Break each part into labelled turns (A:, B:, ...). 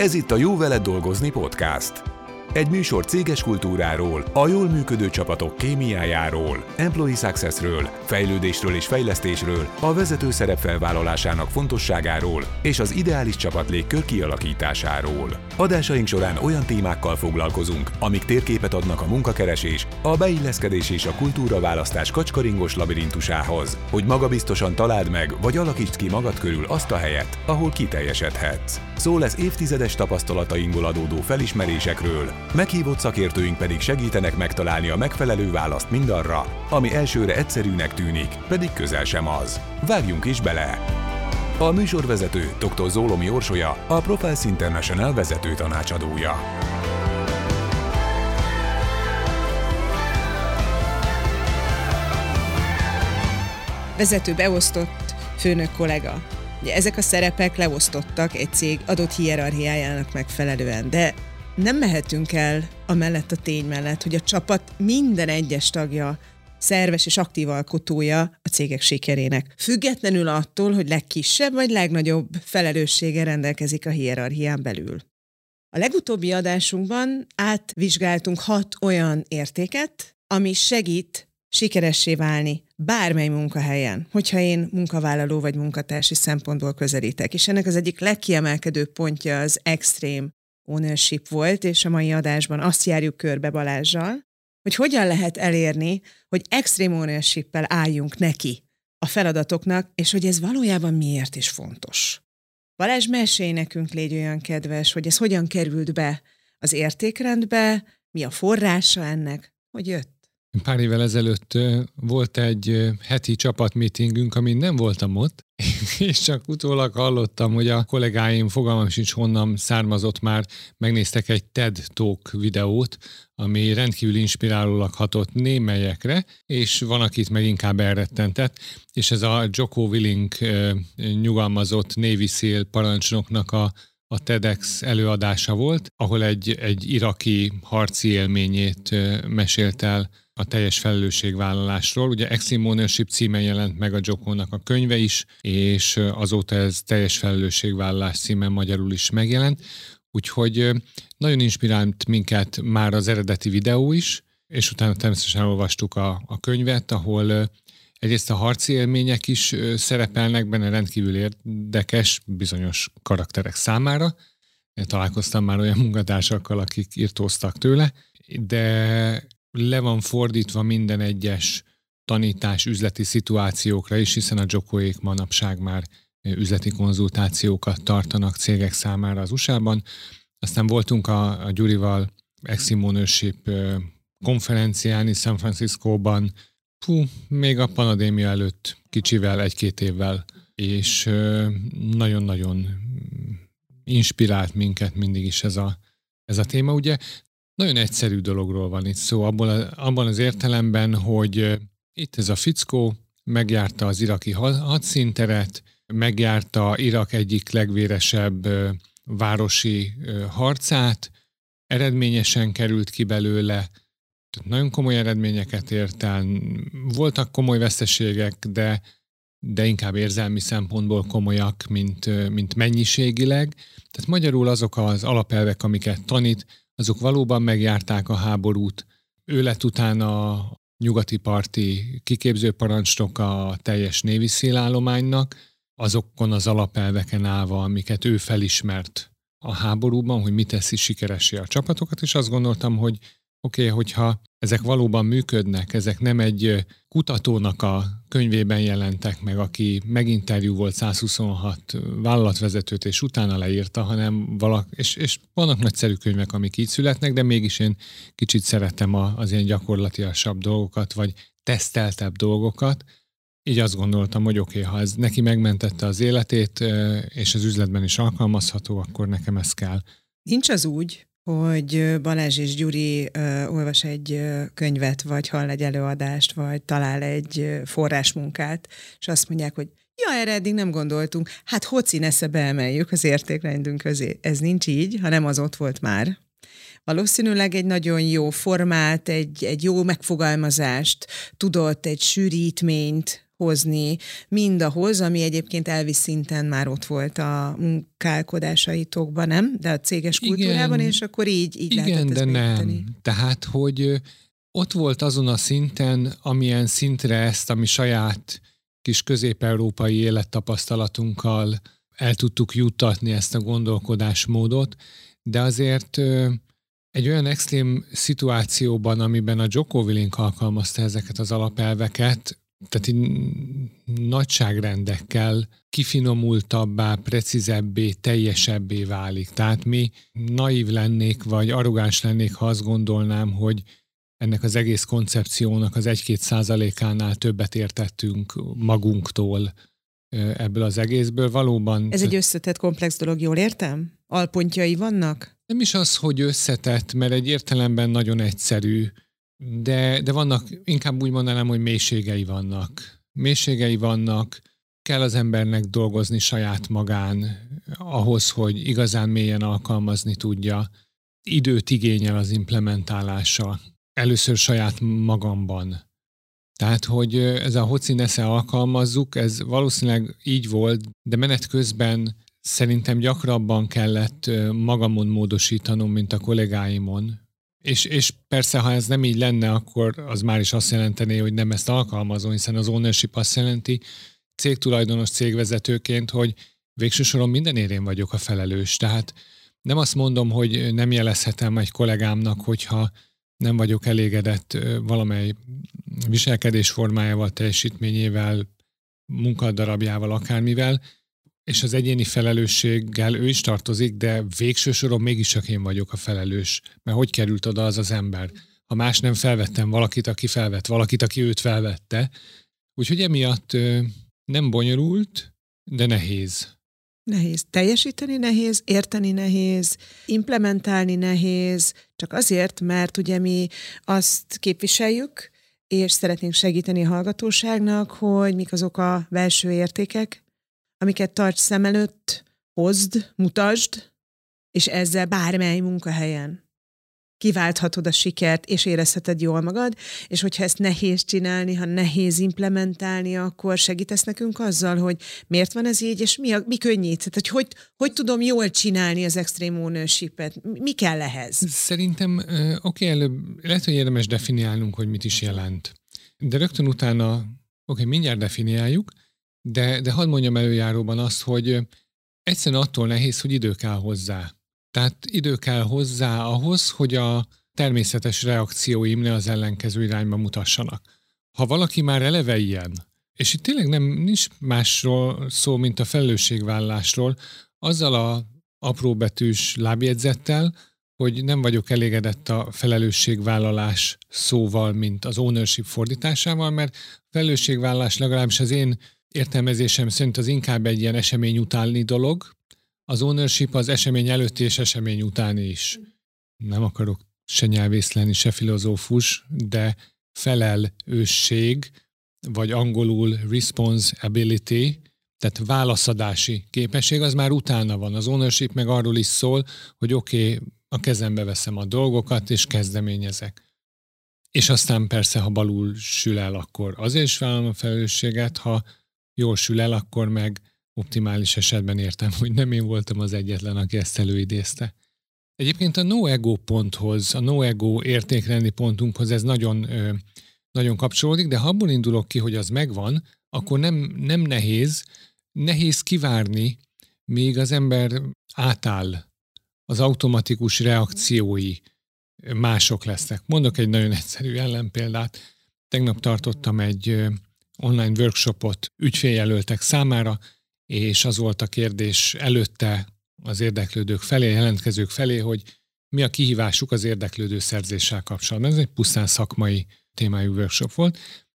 A: Ez itt a Jó veled dolgozni podcast. Egy műsor céges kultúráról, a jól működő csapatok kémiájáról, employee successről, fejlődésről és fejlesztésről, a vezető szerep felvállalásának fontosságáról és az ideális csapatlégkör kialakításáról. Adásaink során olyan témákkal foglalkozunk, amik térképet adnak a munkakeresés, a beilleszkedés és a kultúraválasztás kacskaringos labirintusához, hogy magabiztosan találd meg vagy alakítsd ki magad körül azt a helyet, ahol kiteljesedhetsz. Szó lesz évtizedes tapasztalatainkból adódó felismerésekről, meghívott szakértőink pedig segítenek megtalálni a megfelelő választ mindarra, ami elsőre egyszerűnek tűnik, pedig közel sem az. Vágjunk is bele! A műsorvezető dr. Zólomi Orsolya, a Profiles International vezető tanácsadója.
B: Vezető beosztott, főnök kollega. Ugye ezek a szerepek leosztottak egy cég adott hierarchiájának megfelelően, de nem mehetünk el amellett a tény mellett, hogy a csapat minden egyes tagja szerves és aktív alkotója a cégek sikerének. Függetlenül attól, hogy legkisebb vagy legnagyobb felelősséggel rendelkezik a hierarchián belül. A legutóbbi adásunkban átvizsgáltunk 6 olyan értéket, ami segít sikeressé válni bármely munkahelyen, hogyha én munkavállaló vagy munkatársi szempontból közelítek. És ennek az egyik legkiemelkedő pontja az extreme ownership volt, és a mai adásban azt járjuk körbe Balázssal, hogy hogyan lehet elérni, hogy extreme ownership-pel álljunk neki a feladatoknak, és hogy ez valójában miért is fontos. Balázs, mesélj nekünk, légy olyan kedves, hogy ez hogyan került be az értékrendbe, mi a forrása ennek, hogy jött?
C: Pár évvel ezelőtt volt egy heti csapatmeetingünk, amin nem voltam ott, és csak utólag hallottam, hogy a kollégáim, fogalmam sincs honnan származott már, megnéztek egy TED Talk videót, ami rendkívül inspirálólag hatott némelyekre, és van, akit meg inkább elrettentett, és ez a Jocko Willink nyugalmazott Navy SEAL parancsnoknak a TEDx előadása volt, ahol egy iraki harci élményét mesélt el a teljes felelősségvállalásról. Ugye Extreme Ownership címen jelent meg a Jockónak a könyve is, és azóta ez teljes felelősségvállalás címen magyarul is megjelent. Úgyhogy nagyon inspirált minket már az eredeti videó is, és utána természetesen olvastuk a könyvet, ahol egyrészt a harci élmények is szerepelnek benne, rendkívül érdekes bizonyos karakterek számára. Találkoztam már olyan munkatársakkal, akik irtóztak tőle, de le van fordítva minden egyes tanítás üzleti szituációkra is, hiszen a Jockóék manapság már üzleti konzultációkat tartanak cégek számára az USA-ban. Aztán voltunk a Gyurival Extreme Ownership konferencián San Franciscóban, még a pandémia előtt kicsivel, 1-2 évvel, és nagyon-nagyon inspirált minket mindig is ez a téma. Ugye nagyon egyszerű dologról van itt szó, abban az értelemben, hogy itt ez a fickó megjárta az iraki hadszínteret, megjárta Irak egyik legvéresebb városi harcát, eredményesen került ki belőle, nagyon komoly eredményeket ért el, voltak komoly veszteségek, de inkább érzelmi szempontból komolyak, mint mennyiségileg. Tehát magyarul azok az alapelvek, amiket tanít, azok valóban megjárták a háborút. Ő lett utána a nyugati parti kiképzőparancsnok a teljes Navy SEAL állománynak, azokon az alapelveken állva, amiket ő felismert a háborúban, hogy mit teszi sikeressé a csapatokat, és azt gondoltam, hogy oké, hogyha ezek valóban működnek, ezek nem egy kutatónak a könyvében jelentek meg, aki meginterjú volt 126 vállalatvezetőt, és utána leírta, hanem és vannak nagyszerű könyvek, amik így születnek, de mégis én kicsit szeretem az ilyen gyakorlatiasabb dolgokat, vagy teszteltebb dolgokat. Így azt gondoltam, hogy oké, ha ez neki megmentette az életét, és az üzletben is alkalmazható, akkor nekem ez kell.
B: Nincs az úgy, hogy Balázs és Gyuri olvas egy könyvet, vagy hall egy előadást, vagy talál egy forrásmunkát, és azt mondják, hogy ja, erre eddig nem gondoltunk, hát hoci nesze beemeljük az értékrendünk közé. Ez nincs így, hanem az ott volt már. Valószínűleg egy nagyon jó formát, egy jó megfogalmazást tudott, egy sűrítményt hozni mindahhoz, ami egyébként Elvis szinten már ott volt a munkálkodásaitokban, nem? De a céges kultúrában, és akkor így lehetett ezt
C: de
B: beüteni.
C: nem. Tehát, hogy ott volt azon a szinten, amilyen szintre ezt a mi saját kis közép-európai élettapasztalatunkkal el tudtuk juttatni ezt a gondolkodásmódot, de azért egy olyan extrém szituációban, amiben a Jocko Willink alkalmazta ezeket az alapelveket, tehát nagyságrendekkel kifinomultabbá, precízebbé, teljesebbé válik. Tehát mi naív lennék, vagy arrogáns lennék, ha azt gondolnám, hogy ennek az egész koncepciónak az 1-2%-ánál többet értettünk magunktól ebből az egészből. Valóban...
B: Ez egy összetett, komplex dolog, jól értem? Alpontjai vannak?
C: Nem is az, hogy összetett, mert egy értelemben nagyon egyszerű, de vannak, inkább úgy mondanám, hogy mélységei vannak. Mélységei vannak, kell az embernek dolgozni saját magán, ahhoz, hogy igazán mélyen alkalmazni tudja. Időt igényel az implementálása. Először saját magamban. Tehát, hogy ez a hoci nesze alkalmazzuk, ez valószínűleg így volt, de menet közben szerintem gyakrabban kellett magamon módosítanom, mint a kollégáimon. És persze, ha ez nem így lenne, akkor az már is azt jelenteni, hogy nem ezt alkalmazom, hiszen az ownership azt jelenti, cégtulajdonos, cégvezetőként, hogy végső soron mindenért én vagyok a felelős. Tehát nem azt mondom, hogy nem jelezhetem egy kollégámnak, hogyha nem vagyok elégedett valamely viselkedés formájával, teljesítményével, munkadarabjával, akármivel, és az egyéni felelősséggel ő is tartozik, de végső soron mégis csak én vagyok a felelős. Mert hogy került oda az az ember? Ha más nem, felvettem valakit, aki felvett valakit, aki őt felvette. Úgyhogy emiatt nem bonyolult, de nehéz.
B: Nehéz. Teljesíteni nehéz, érteni nehéz, implementálni nehéz, csak azért, mert ugye mi azt képviseljük, és szeretnénk segíteni a hallgatóságnak, hogy mik azok a belső értékek, amiket tarts szem előtt, hozd, mutasd, és ezzel bármely munkahelyen kiválthatod a sikert, és érezheted jól magad, és hogyha ezt nehéz csinálni, ha nehéz implementálni, akkor segítesz nekünk azzal, hogy miért van ez így, és mi könnyít? Tehát, hogy tudom jól csinálni az extreme ownership-et? Mi kell ehhez?
C: Szerintem, előbb lehet, hogy érdemes definiálnunk, hogy mit is jelent. De rögtön utána, mindjárt definiáljuk, de hadd mondjam előjáróban azt, hogy egyszerűen attól nehéz, hogy idő kell hozzá. Tehát idő kell hozzá ahhoz, hogy a természetes reakcióim ne az ellenkező irányba mutassanak. Ha valaki már eleve ilyen, és itt tényleg nincs másról szó, mint a felelősségvállalásról, azzal a apróbetűs lábjegyzettel, hogy nem vagyok elégedett a felelősségvállalás szóval, mint az ownership fordításával, mert felelősségvállalás legalábbis az én értelmezésem szerint az inkább egy ilyen esemény utáni dolog, az ownership az esemény előtti és esemény utáni is. Nem akarok se nyelvész lenni, se filozófus, de felelősség, vagy angolul responsibility, tehát válaszadási képesség, az már utána van. Az ownership meg arról is szól, hogy a kezembe veszem a dolgokat, és kezdeményezek. És aztán persze, ha balul sül el, akkor azért is vállalom a felelősséget, ha jól sül el, akkor meg optimális esetben értem, hogy nem én voltam az egyetlen, aki ezt előidézte. Egyébként a no ego ponthoz, a no ego értékrendi pontunkhoz ez nagyon, nagyon kapcsolódik, de ha abból indulok ki, hogy az megvan, akkor nem nehéz kivárni, míg az ember átáll, az automatikus reakciói mások lesznek. Mondok egy nagyon egyszerű ellenpéldát. Tegnap tartottam egy online workshopot ügyféljelöltek számára, és az volt a kérdés előtte az érdeklődők felé, jelentkezők felé, hogy mi a kihívásuk az érdeklődő szerzéssel kapcsolatban. Ez egy pusztán szakmai témájú workshop volt,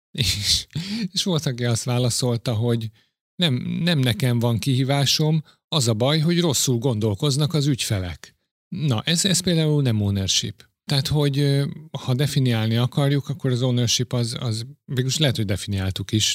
C: és volt, aki azt válaszolta, hogy nem nekem van kihívásom, az a baj, hogy rosszul gondolkoznak az ügyfelek. Na, ez például nem ownership. Tehát, hogy ha definiálni akarjuk, akkor az ownership az végülis lehet, hogy definiáltuk is,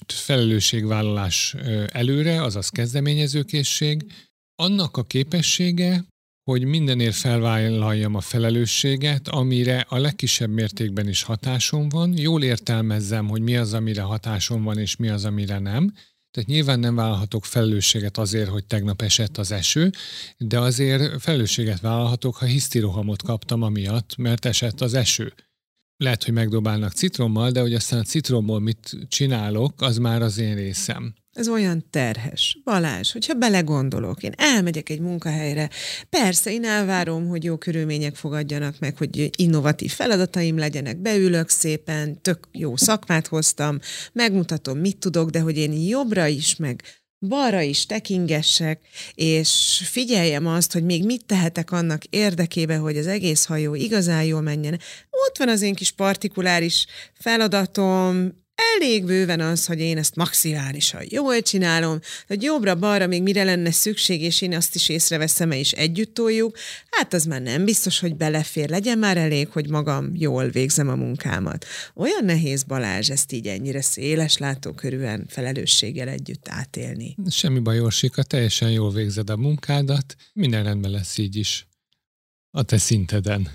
C: felelősségvállalás előre, azaz kezdeményezőkészség, annak a képessége, hogy mindenért felvállaljam a felelősséget, amire a legkisebb mértékben is hatásom van, jól értelmezzem, hogy mi az, amire hatásom van, és mi az, amire nem. Tehát nyilván nem vállalhatok felelősséget azért, hogy tegnap esett az eső, de azért felelősséget vállalhatok, ha hisztirohamot kaptam amiatt, mert esett az eső. Lehet, hogy megdobálnak citrommal, de hogy aztán a citromból mit csinálok, az már az én részem.
B: Ez olyan terhes. Balázs, hogyha belegondolok, én elmegyek egy munkahelyre, persze én elvárom, hogy jó körülmények fogadjanak meg, hogy innovatív feladataim legyenek, beülök szépen, tök jó szakmát hoztam, megmutatom, mit tudok, de hogy én jobbra is, meg balra is tekingessek, és figyeljem azt, hogy még mit tehetek annak érdekében, hogy az egész hajó igazán jól menjen. Ott van az én kis partikuláris feladatom, elég bőven az, hogy én ezt maximálisan jól csinálom, hogy jobbra-balra még mire lenne szükség, és én azt is észreveszem, és együtt toljuk, hát az már nem biztos, hogy belefér. Legyen már elég, hogy magam jól végzem a munkámat. Olyan nehéz, Balázs, ezt így ennyire széles látókörűen felelősséggel együtt átélni.
C: Semmi baj, Orsika, teljesen jól végzed a munkádat, minden rendben lesz így is a te szinteden.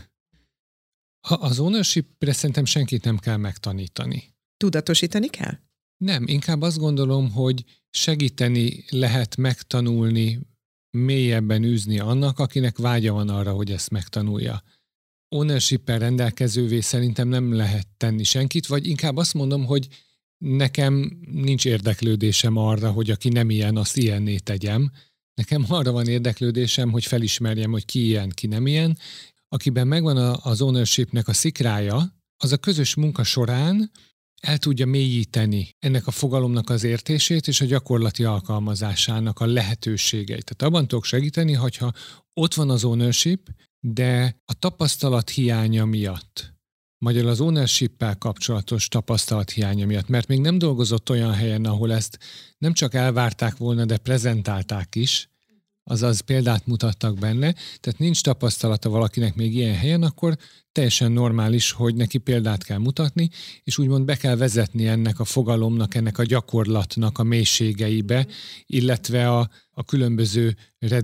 C: Az ownership-re szerintem senkit nem kell megtanítani.
B: Tudatosítani kell?
C: Nem, inkább azt gondolom, hogy segíteni lehet megtanulni, mélyebben űzni annak, akinek vágya van arra, hogy ezt megtanulja. Ownership-el rendelkezővé szerintem nem lehet tenni senkit, vagy inkább azt mondom, hogy nekem nincs érdeklődésem arra, hogy aki nem ilyen, azt ilyenné tegyem. Nekem arra van érdeklődésem, hogy felismerjem, hogy ki ilyen, ki nem ilyen. Akiben megvan az ownership-nek a szikrája, az a közös munka során el tudja mélyíteni ennek a fogalomnak az értését és a gyakorlati alkalmazásának a lehetőségeit. Tehát abban tudok segíteni, hogyha ott van az ownership, de a tapasztalat hiánya miatt, magyarul az ownership-pel kapcsolatos tapasztalat hiánya miatt, mert még nem dolgozott olyan helyen, ahol ezt nem csak elvárták volna, de prezentálták is, azaz példát mutattak benne, tehát nincs tapasztalata valakinek még ilyen helyen, akkor teljesen normális, hogy neki példát kell mutatni, és úgymond be kell vezetni ennek a fogalomnak, ennek a gyakorlatnak a mélységeibe, illetve a különböző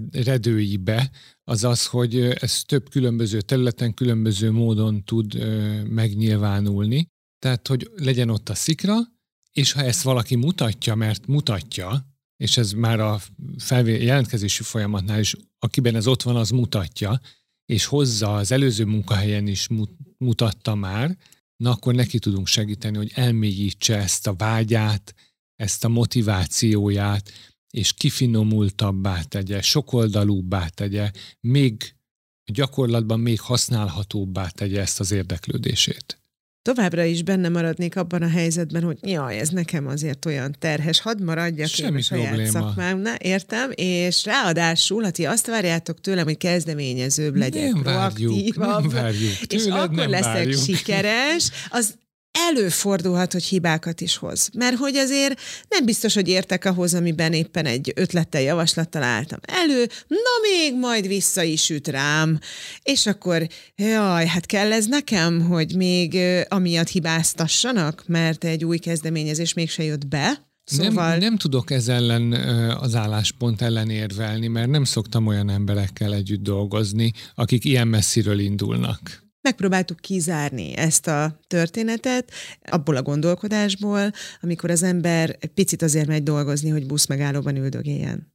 C: redőibe, azaz, hogy ez több különböző területen, különböző módon tud megnyilvánulni. Tehát, hogy legyen ott a szikra, és ha ezt valaki mutatja, mert mutatja, és ez már a jelentkezési folyamatnál is, akiben ez ott van, az mutatja, és hozza az előző munkahelyen is mutatta már, na akkor neki tudunk segíteni, hogy elmélyítse ezt a vágyát, ezt a motivációját, és kifinomultabbá tegye, sokoldalúbbá tegye, még gyakorlatban még használhatóbbá tegye ezt az érdeklődését.
B: Továbbra is benne maradnék abban a helyzetben, hogy jaj, ez nekem azért olyan terhes, hadd maradjak én a saját szakmámnál, értem, és ráadásul, ha ti azt várjátok tőlem, hogy kezdeményezőbb legyek, proaktívabb,
C: nem várjuk.
B: És akkor leszek sikeres, az előfordulhat, hogy hibákat is hoz. Mert hogy azért nem biztos, hogy értek ahhoz, amiben éppen egy ötlettel, javaslattal álltam elő, na még majd vissza is üt rám. És akkor, jaj, hát kell ez nekem, hogy még amiatt hibáztassanak, mert egy új kezdeményezés mégse jött be? Szóval...
C: Nem tudok ez ellen az álláspont ellen érvelni, mert nem szoktam olyan emberekkel együtt dolgozni, akik ilyen messziről indulnak.
B: Megpróbáltuk kizárni ezt a történetet abból a gondolkodásból, amikor az ember egy picit azért megy dolgozni, hogy buszmegállóban üldögéljen.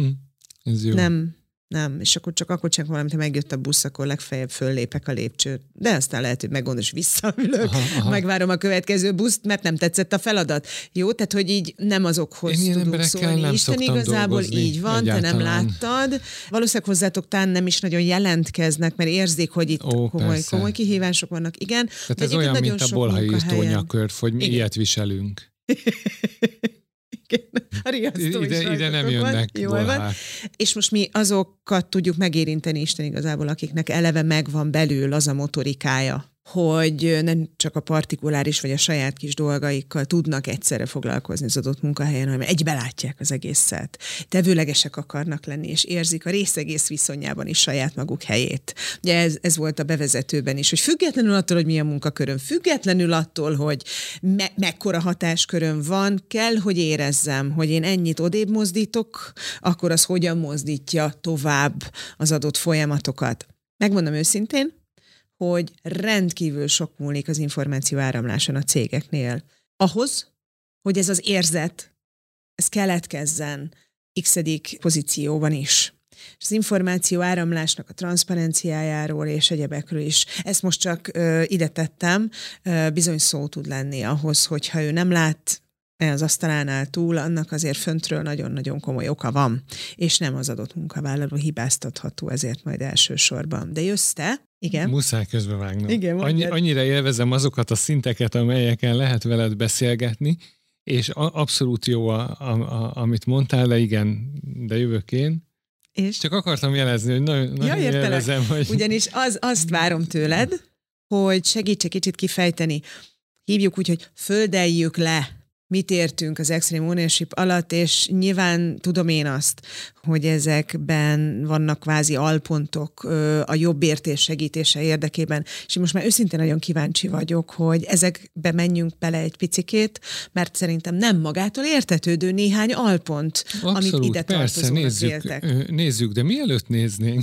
C: Ez jó.
B: Nem, és akkor csak valamit, ha megjött a busz, akkor legfeljebb föllépek a lépcsőt. De aztán lehet, hogy meggondol, és visszaülök, megvárom a következő buszt, mert nem tetszett a feladat. Jó, tehát, hogy így nem azokhoz tudunk szólni. Isten igazából így van, egyáltalán. Te nem láttad. Valószínűleg hozzátok tán nem is nagyon jelentkeznek, mert érzik, hogy itt komoly kihívások vannak. Igen.
C: Tehát ez olyan, mint a bolhai tónyakör, hogy mi ilyet viselünk.
B: A riasztó
C: ide nem jönnek bolhák.
B: És most mi azokat tudjuk megérinteni Isten igazából, akiknek eleve megvan belül az a motorikája, hogy nem csak a partikuláris vagy a saját kis dolgaikkal tudnak egyszerre foglalkozni az adott munkahelyen, hanem egybe látják az egészet. Tevőlegesek akarnak lenni, és érzik a részegész viszonyában is saját maguk helyét. Ugye ez volt a bevezetőben is, hogy függetlenül attól, hogy mi a munkaköröm, függetlenül attól, hogy mekkora hatásköröm van, kell, hogy érezzem, hogy én ennyit odébb mozdítok, akkor az hogyan mozdítja tovább az adott folyamatokat. Megmondom őszintén, hogy rendkívül sok múlik az információ áramláson a cégeknél. Ahhoz, hogy ez az érzet, ez keletkezzen x-edik pozícióban is. És az információ áramlásnak a transzparenciájáról és egyebekről is. Ezt most csak ide tettem, bizony szó tud lenni ahhoz, hogyha ő nem lát az asztalánál túl, annak azért föntről nagyon-nagyon komoly oka van, és nem az adott munkavállaló hibáztatható ezért majd elsősorban. De jössz te? Igen.
C: Muszáj közbevágnom.
B: Igen,
C: annyira élvezem azokat a szinteket, amelyeken lehet veled beszélgetni, és abszolút jó, amit mondtál, de igen, de jövök én. És? Csak akartam jelezni, hogy nagyon élvezem. Hogy...
B: Ugyanis azt várom tőled, hogy segíts egy kicsit kifejteni. Hívjuk úgy, hogy földeljük le, mit értünk az Extreme Ownership alatt, és nyilván tudom én azt, hogy ezekben vannak kvázi alpontok a jobb értés segítése érdekében, és én most már őszintén nagyon kíváncsi vagyok, hogy ezekbe menjünk bele egy picikét, mert szerintem nem magától értetődő néhány alpont,
C: abszolút,
B: amit ide tartozónak
C: nézzük, de mielőtt néznénk,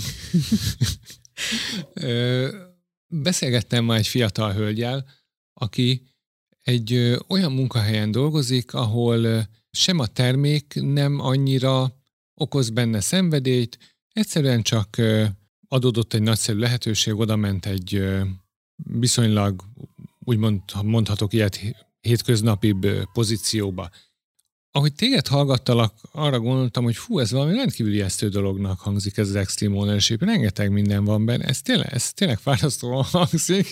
C: beszélgettem már egy fiatal hölgyel, aki egy olyan munkahelyen dolgozik, ahol sem a termék nem annyira okoz benne szenvedélyt, egyszerűen csak adódott egy nagyszerű lehetőség, oda ment egy viszonylag, úgymond mondhatok ilyet, hétköznapibb pozícióba. Ahogy téged hallgattalak, arra gondoltam, hogy ez valami rendkívül ijesztő dolognak hangzik ez az Extreme Ownership, rengeteg minden van benne, ez tényleg fárasztóan hangzik,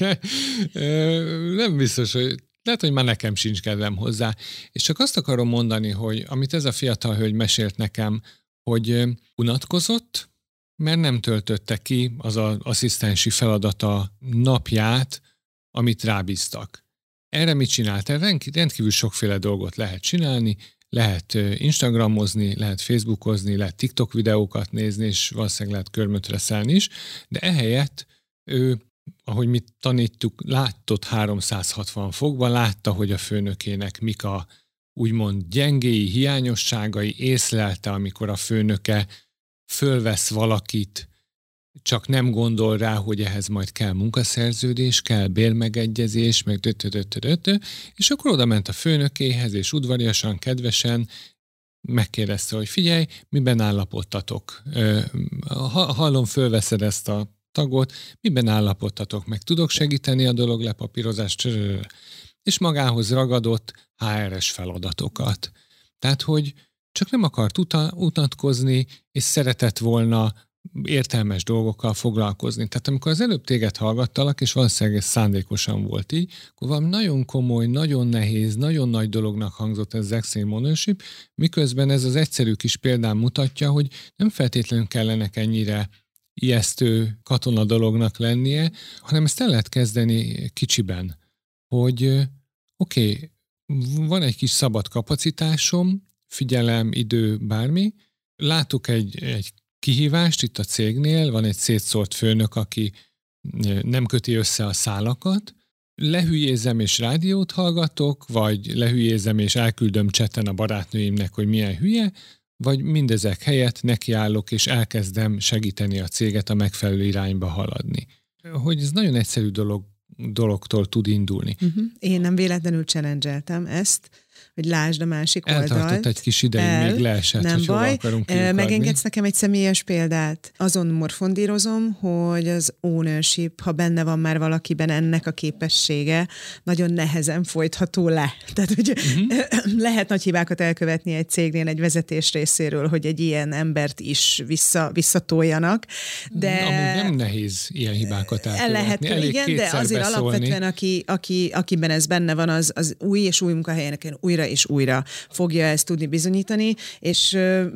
C: nem biztos, hogy lehet, hogy már nekem sincs kedvem hozzá. És csak azt akarom mondani, hogy amit ez a fiatal hölgy mesélt nekem, hogy unatkozott, mert nem töltötte ki az az asszisztensi feladata napját, amit rábíztak. Erre mit csinált? Rendkívül sokféle dolgot lehet csinálni, lehet instagramozni, lehet facebookozni, lehet TikTok videókat nézni, és valószínűleg lehet körmötre szállni is, de ehelyett ő, ahogy mi tanítjuk, látott 360 fokban, látta, hogy a főnökének mik a úgymond gyengéi, hiányosságai, észlelte, amikor a főnöke fölvesz valakit, csak nem gondol rá, hogy ehhez majd kell munkaszerződés, kell bérmegegyezés, meg és akkor oda ment a főnökéhez, és udvariasan, kedvesen megkérdezte, hogy figyelj, miben állapodtatok? Hallom, fölveszed ezt a tagot, miben állapodtatok, meg tudok segíteni a dolog lepapírozást, és magához ragadott HR-es feladatokat. Tehát, hogy csak nem akart unatkozni, és szeretett volna értelmes dolgokkal foglalkozni. Tehát amikor az előbb téged hallgattalak, és valószínűleg ez szándékosan volt így, akkor valami nagyon komoly, nagyon nehéz, nagyon nagy dolognak hangzott ez az Extreme Ownership, miközben ez az egyszerű kis példán mutatja, hogy nem feltétlenül kellenek ennyire ijesztő katona dolognak lennie, hanem ezt el lehet kezdeni kicsiben, hogy oké, van egy kis szabad kapacitásom, figyelem, idő, bármi, látok egy kihívást itt a cégnél, van egy szétszórt főnök, aki nem köti össze a szálakat, lehülyézem és rádiót hallgatok, vagy lehülyézem és elküldöm chatten a barátnőimnek, hogy milyen hülye, vagy mindezek helyett nekiállok és elkezdem segíteni a céget a megfelelő irányba haladni. Hogy ez nagyon egyszerű dologtól tud indulni.
B: Én nem véletlenül challenge-eltem ezt, hogy lásd a másik oldalt.
C: Eltartott egy kis ideig, még leesett,
B: nem
C: hogy
B: baj.
C: hova akarunk kiukadni.
B: Megengedsz nekem egy személyes példát? Azon morfondírozom, hogy az ownership, ha benne van már valakiben ennek a képessége, nagyon nehezen folytható le. Tehát, hogy lehet nagy hibákat elkövetni egy cégnél, egy vezetés részéről, hogy egy ilyen embert is visszatoljanak. De
C: amúgy nem nehéz ilyen hibákat elkövetni.
B: Lehet, igen, de azért
C: beszólni.
B: Alapvetően, akiben ez benne van, az új és új munkahelyen új újra és újra fogja ezt tudni bizonyítani, és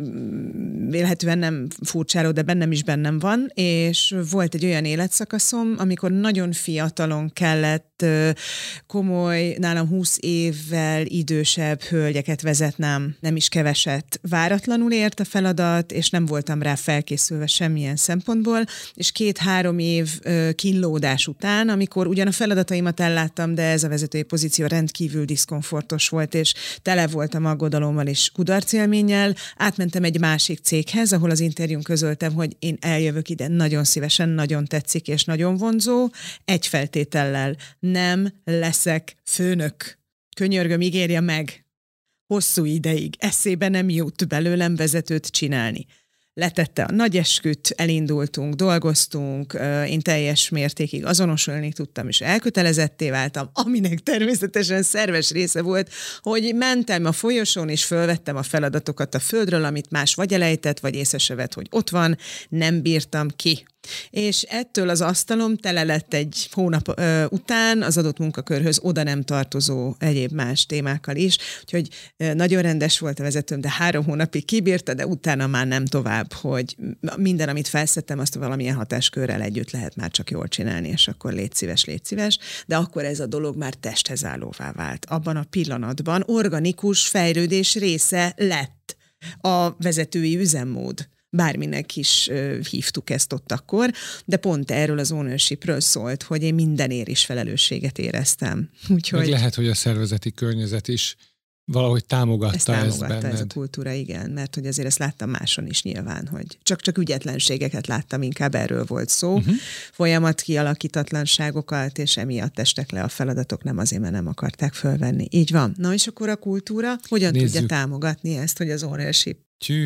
B: vélhetően nem furcsáról, de bennem van, és volt egy olyan életszakaszom, amikor nagyon fiatalon kellett komoly, nálam 20 évvel idősebb hölgyeket vezetnem, nem is keveset. Váratlanul ért a feladat, és nem voltam rá felkészülve semmilyen szempontból, és 2-3 év kínlódás után, amikor ugyan a feladataimat elláttam, de ez a vezetői pozíció rendkívül diszkomfortos volt, és tele voltam aggodalommal és kudarcélménnyel, átmentem egy másik céghez, ahol az interjún közöltem, hogy én eljövök ide nagyon szívesen, nagyon tetszik és nagyon vonzó, egy feltétellel: nem leszek főnök. Könyörgöm, ígérje meg. Hosszú ideig eszébe nem jut belőlem vezetőt csinálni. Letette a nagy esküt, elindultunk, dolgoztunk, én teljes mértékig azonosulni tudtam, és elkötelezetté váltam, aminek természetesen szerves része volt, hogy mentem a folyosón, és fölvettem a feladatokat a földről, amit más vagy elejtett, vagy észre se vett, hogy ott van, nem bírtam ki. És ettől az asztalom tele lett egy hónap után az adott munkakörhöz oda nem tartozó egyéb más témákkal is, úgyhogy nagyon rendes volt a vezetőm, de 3 hónapig kibírta, de utána már nem tovább, hogy minden, amit felszettem, azt valamilyen hatáskörrel együtt lehet már csak jól csinálni, és akkor légy szíves, de akkor ez a dolog már testhez állóvá vált. Abban a pillanatban organikus fejlődés része lett a vezetői üzemmód. Bárminek is hívtuk ezt ott akkor, de pont erről az ownershipről szólt, hogy én mindenért is felelősséget éreztem. Úgyhogy
C: meg lehet, hogy a szervezeti környezet is valahogy támogatta ezt benned.
B: Ez a kultúra, igen, mert hogy azért ezt láttam máson is nyilván, hogy csak ügyetlenségeket láttam, inkább erről volt szó, folyamat kialakítatlanságokat, és emiatt estek le a feladatok, nem azért, mert nem akarták fölvenni. Így van. Na és akkor a kultúra hogyan tudja támogatni ezt, hogy az ownership?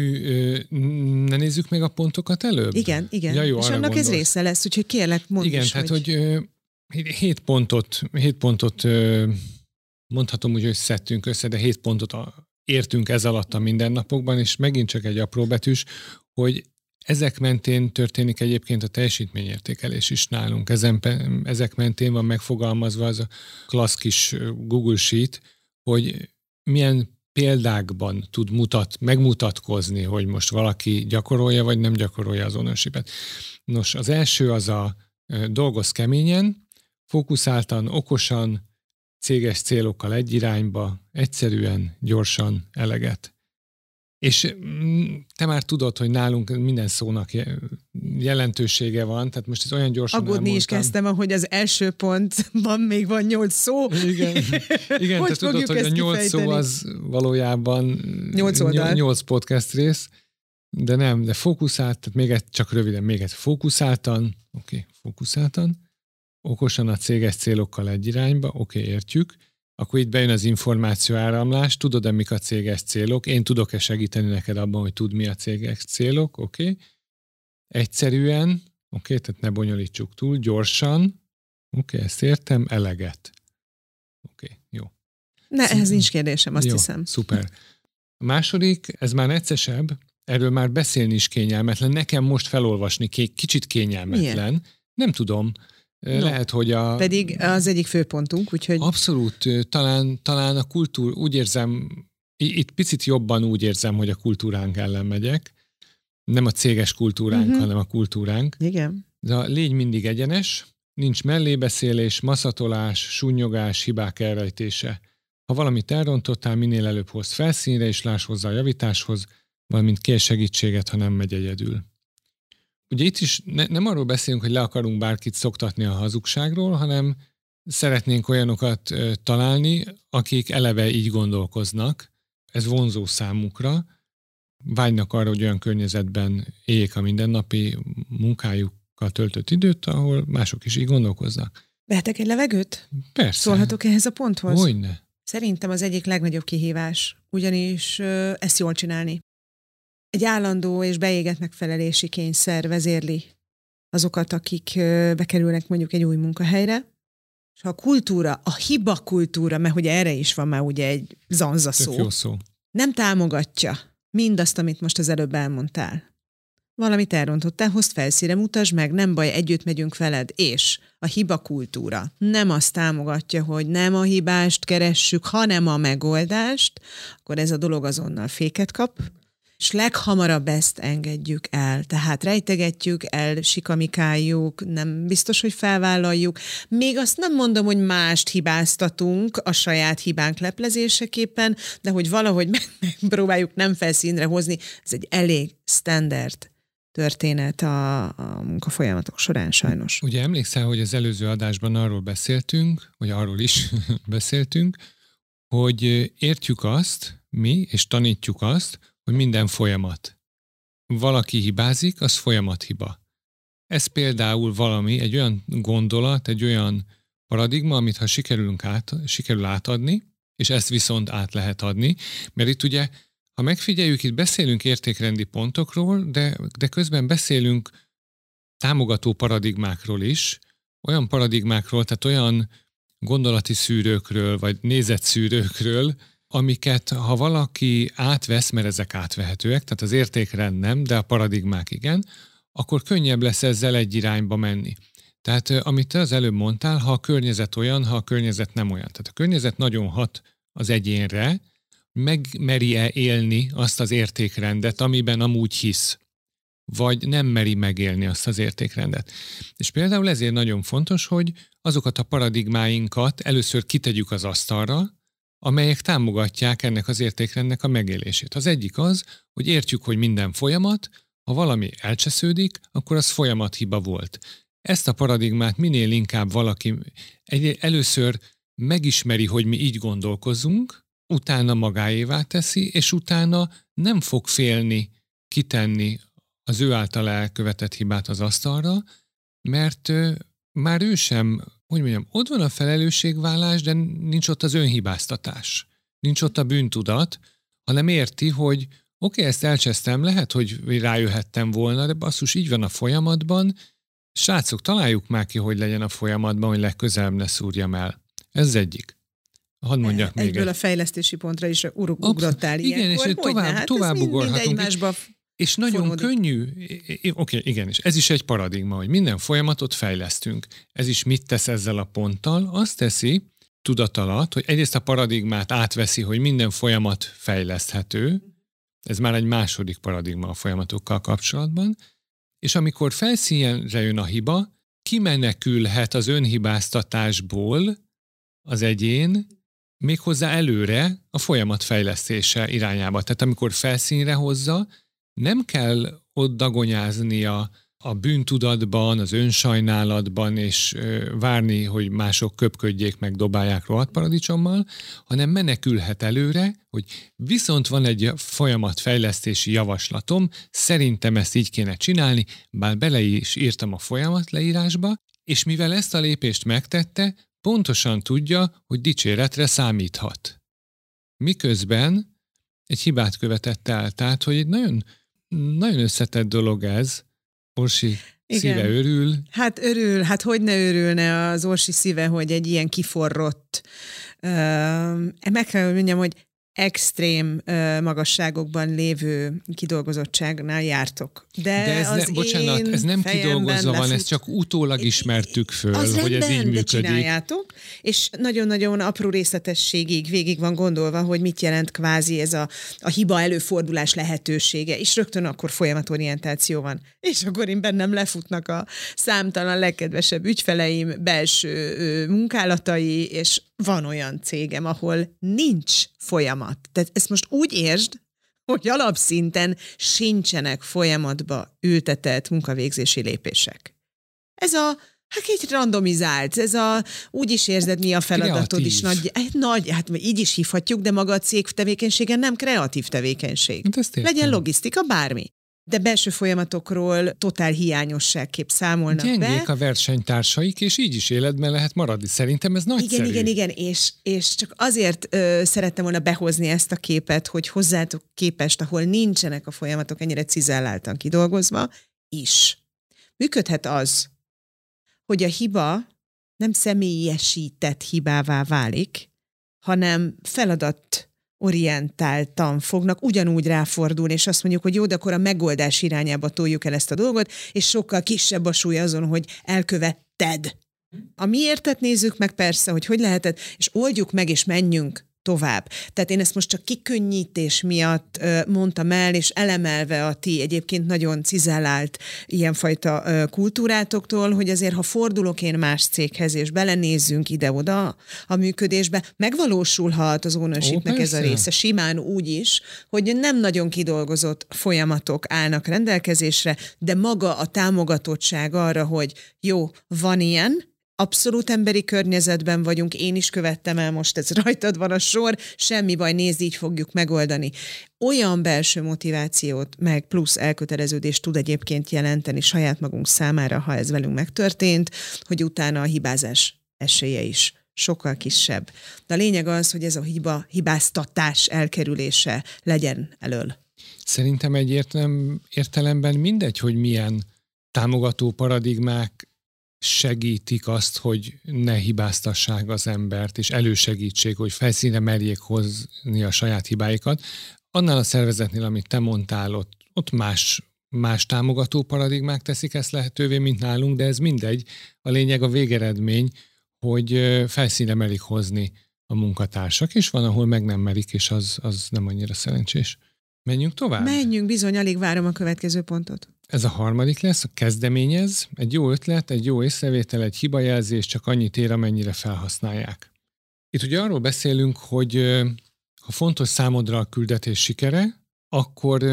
C: Ne nézzük meg a pontokat előbb?
B: Igen.
C: Ja, jó,
B: és annak
C: gondolsz.
B: Ez része lesz, úgyhogy kérlek, mondd
C: igen,
B: is,
C: tehát, hogy 7 pontot mondhatom úgy, hogy szedtünk össze, de 7 pontot értünk ez alatt a mindennapokban, és megint csak egy apró betűs, hogy ezek mentén történik egyébként a teljesítményértékelés is nálunk. Ezek mentén van megfogalmazva az a klassz kis Google Sheet, hogy milyen példákban tud megmutatkozni, hogy most valaki gyakorolja, vagy nem gyakorolja az ownership-et. Nos, az első az a dolgoz keményen, fókuszáltan, okosan, céges célokkal egy irányba, egyszerűen, gyorsan, eleget. És te már tudod, hogy nálunk minden szónak jelentősége van, tehát most ez olyan gyorsan
B: aggódni
C: elmondtam.
B: is kezdtem, ahogy az első pontban még van 8 szó.
C: Igen, te tudod, hogy a 8 szó az valójában 8 podcast rész, de fókuszált, tehát csak röviden, fókuszáltan, fókuszáltan, okosan a céges célokkal egy irányba, értjük, akkor itt bejön az információ áramlás, tudod-e mik a céges célok, én tudok-e segíteni neked abban, hogy tudd mi a céges célok, egyszerűen, tehát ne bonyolítsuk túl, gyorsan, ezt értem, eleget. Jó.
B: Ez nincs kérdésem, azt hiszem.
C: Szuper. A második, ez már neccesebb, erről már beszélni is kényelmetlen, nekem most felolvasni kicsit kényelmetlen. Milyen? Nem tudom. Lehet, hogy
B: pedig az egyik főpontunk, úgyhogy...
C: Abszolút, talán a kultúra, úgy érzem, itt picit jobban úgy érzem, hogy a kultúránk ellen megyek. Nem a céges kultúránk, hanem a kultúránk.
B: Igen.
C: De légy mindig egyenes, nincs mellébeszélés, maszatolás, sunnyogás, hibák elrejtése. Ha valamit elrontottál, minél előbb hozd felszínre, és láss hozzá a javításhoz, valamint kér segítséget, ha nem megy egyedül. Ugye itt is nem arról beszélünk, hogy le akarunk bárkit szoktatni a hazugságról, hanem szeretnénk olyanokat találni, akik eleve így gondolkoznak. Ez vonzó számukra. Vágynak arra, hogy olyan környezetben éljék a mindennapi munkájukkal töltött időt, ahol mások is így gondolkoznak.
B: Vehetek egy levegőt?
C: Persze.
B: Szólhatok ehhez a ponthoz?
C: Hogyne.
B: Szerintem az egyik legnagyobb kihívás, ugyanis ezt jól csinálni. Egy állandó és beégett megfelelési kényszer vezérli azokat, akik bekerülnek mondjuk egy új munkahelyre, és a kultúra, a hiba kultúra, mert hogy erre is van már ugye egy zanza szó,
C: jó szó,
B: nem támogatja mindazt, amit most az előbb elmondtál. valamit elrontottál, hozd felszínre, mutasd meg, nem baj, együtt megyünk veled, és a hiba kultúra nem azt támogatja, hogy nem a hibást keressük, hanem a megoldást, akkor ez a dolog azonnal féket kap, és leghamarabb ezt engedjük el. Tehát rejtegetjük, elsikamikáljuk, nem biztos, hogy felvállaljuk. Még azt nem mondom, hogy mást hibáztatunk a saját hibánk leplezéseképpen, de hogy valahogy megpróbáljuk nem felszínre hozni. Ez egy elég standard történet a munkafolyamatok során sajnos.
C: Ugye emlékszel, hogy az előző adásban arról beszéltünk, vagy arról is beszéltünk, hogy értjük azt, mi, és tanítjuk azt, hogy minden folyamat. Valaki hibázik, az folyamathiba. Ez például valami, egy olyan gondolat, egy olyan paradigma, amit ha sikerül átadni, és ezt viszont át lehet adni, mert itt ugye, ha megfigyeljük, itt beszélünk értékrendi pontokról, de közben beszélünk támogató paradigmákról is, olyan paradigmákról, tehát olyan gondolati szűrőkről, vagy nézetszűrőkről, amiket, ha valaki átvesz, mert ezek átvehetőek, tehát az értékrend nem, de a paradigmák igen, akkor könnyebb lesz ezzel egy irányba menni. Tehát amit te az előbb mondtál, ha a környezet olyan, ha a környezet nem olyan. Tehát a környezet nagyon hat az egyénre, megmeri-e élni azt az értékrendet, amiben amúgy hisz, vagy nem meri megélni azt az értékrendet. És például ezért nagyon fontos, hogy azokat a paradigmáinkat először kitegyük az asztalra, amelyek támogatják ennek az értékrendnek a megélését. Az egyik az, hogy értjük, hogy minden folyamat, ha valami elcsesződik, akkor az folyamathiba volt. Ezt a paradigmát minél inkább valaki először megismeri, hogy mi így gondolkozunk, utána magáévá teszi, és utána nem fog félni kitenni az ő által elkövetett hibát az asztalra, mert már ő sem, hogy mondjam, ott van a felelősségvállás, de nincs ott az önhibáztatás. Nincs ott a bűntudat, hanem érti, hogy oké, ezt elcsesztem, lehet, hogy rájöhettem volna, de basszus, így van a folyamatban. Srácok, találjuk már ki, hogy legyen a folyamatban, hogy legközelebb ne szúrjam el. Ez az egyik. Hadd mondjak még
B: egyből a fejlesztési pontra is ugrottál ilyenkor.
C: Igen, és tovább ugorhatunk. És nagyon könnyű, oké, igen, és ez is egy paradigma, hogy minden folyamatot fejlesztünk. Ez is mit tesz ezzel a ponttal? Azt teszi tudat alatt, hogy egyrészt a paradigmát átveszi, hogy minden folyamat fejleszthető, ez már egy második paradigma a folyamatokkal kapcsolatban, és amikor felszínre jön a hiba, kimenekülhet az önhibáztatásból az egyén, méghozzá előre a folyamat fejlesztése irányába. Tehát amikor felszínre hozza, nem kell ott dagonyáznia a bűntudatban, az önsajnálatban, és várni, hogy mások köpködjék meg, dobálják rohadt paradicsommal, hanem menekülhet előre, hogy viszont van egy folyamatfejlesztési javaslatom, szerintem ezt így kéne csinálni, bár bele is írtam a folyamat leírásba, és mivel ezt a lépést megtette, pontosan tudja, hogy dicséretre számíthat. Miközben egy hibát követett el, tehát hogy egy nagyon, nagyon összetett dolog ez. Orsi szíve örül.
B: Hát örül, hát hogy ne örülne az Orsi szíve, hogy egy ilyen kiforrott, meg kell mondjam, hogy extrém magasságokban lévő kidolgozottságnál jártok. De
C: ez nem kidolgozva van, ezt csak utólag ismertük föl, hogy ez így működik.
B: Csináljátok, és nagyon-nagyon apró részletességig végig van gondolva, hogy mit jelent kvázi ez a hiba előfordulás lehetősége, és rögtön akkor folyamatorientáció van. És akkor én bennem lefutnak a számtalan legkedvesebb ügyfeleim, belső munkálatai, és van olyan cégem, ahol nincs folyamat. Tehát ezt most úgy értsd, hogy alapszinten sincsenek folyamatba ültetett munkavégzési lépések. Ez egy randomizált, úgy is érzed, mi a feladatod
C: kreatív.
B: is hát így is hívhatjuk, de maga a cég tevékenysége nem kreatív tevékenység. Legyen logisztika, bármi. De belső folyamatokról totál hiányosságképp számolnak be.
C: Gyengék a versenytársaik, és így is életben lehet maradni. Szerintem ez nagyszerű.
B: Igen, és csak azért szerettem volna behozni ezt a képet, hogy hozzátok képest, ahol nincsenek a folyamatok ennyire cizelláltan kidolgozva, is. Működhet az, hogy a hiba nem személyesített hibává válik, hanem feladat orientáltan fognak ugyanúgy ráfordulni, és azt mondjuk, hogy jó, de akkor a megoldás irányába toljuk el ezt a dolgot, és sokkal kisebb a súly azon, hogy elkövetted. A miértet nézzük meg persze, hogy lehetett, és oldjuk meg, és menjünk tovább. Tehát én ezt most csak kikönnyítés miatt mondtam el, és elemelve a ti egyébként nagyon cizellált ilyenfajta kultúrátoktól, hogy azért, ha fordulok én más céghez, és belenézzünk ide-oda a működésbe, megvalósulhat az ownershipnek ez a része simán úgy is, hogy nem nagyon kidolgozott folyamatok állnak rendelkezésre, de maga a támogatottság arra, hogy jó, van ilyen, abszolút emberi környezetben vagyunk, én is követtem el, most ez rajtad van a sor, semmi baj, nézd, így fogjuk megoldani. Olyan belső motivációt, meg plusz elköteleződést tud egyébként jelenteni saját magunk számára, ha ez velünk megtörtént, hogy utána a hibázás esélye is sokkal kisebb. De a lényeg az, hogy ez a hibáztatás elkerülése legyen elől.
C: Szerintem egy értelemben mindegy, hogy milyen támogató paradigmák segítik azt, hogy ne hibáztassák az embert, és elősegítsék, hogy felszínre merjék hozni a saját hibáikat. Annál a szervezetnél, amit te mondtál, ott más támogató paradigmák teszik ezt lehetővé, mint nálunk, de ez mindegy. A lényeg, a végeredmény, hogy felszínre merik hozni a munkatársak, és van, ahol meg nem merik, és az nem annyira szerencsés. Menjünk tovább?
B: Menjünk, bizony, alig várom a következő pontot.
C: Ez a harmadik lesz, a kezdeményez. Egy jó ötlet, egy jó észrevétel, egy hibajelzés csak annyit ér, amennyire felhasználják. Itt ugye arról beszélünk, hogy ha fontos számodra a küldetés sikere, akkor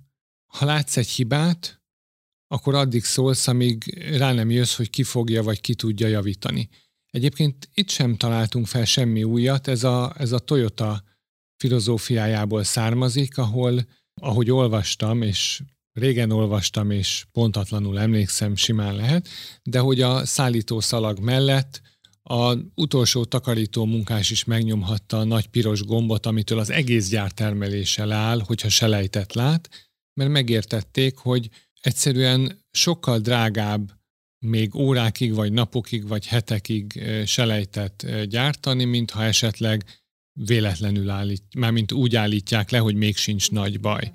C: ha látsz egy hibát, akkor addig szólsz, amíg rá nem jössz, hogy ki fogja vagy ki tudja javítani. Egyébként itt sem találtunk fel semmi újat, ez a Toyota filozófiájából származik, ahol, ahogy olvastam, és régen olvastam, és pontatlanul emlékszem, simán lehet, de hogy a szállítószalag mellett az utolsó takarító munkás is megnyomhatta a nagy piros gombot, amitől az egész gyár termelése leáll, hogyha selejtet lát, mert megértették, hogy egyszerűen sokkal drágább még órákig, vagy napokig, vagy hetekig selejtet gyártani, mint ha esetleg véletlenül mármint úgy állítják le, hogy még sincs nagy baj.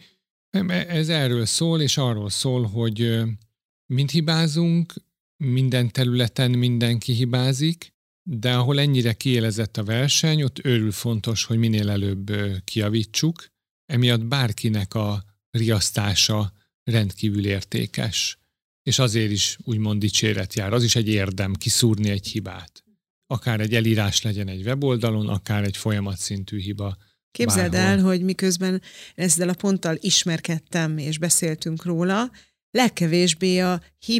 C: Ez erről szól, és arról szól, hogy mind hibázunk, minden területen mindenki hibázik, de ahol ennyire kiélezett a verseny, ott őrül fontos, hogy minél előbb kijavítsuk. Emiatt bárkinek a riasztása rendkívül értékes, és azért is úgymond dicséret jár. Az is egy érdem kiszúrni egy hibát. Akár egy elírás legyen egy weboldalon, akár egy folyamatszintű hiba.
B: Képzeld el, hogy miközben ezzel a ponttal ismerkedtem, és beszéltünk róla, legkevésbé a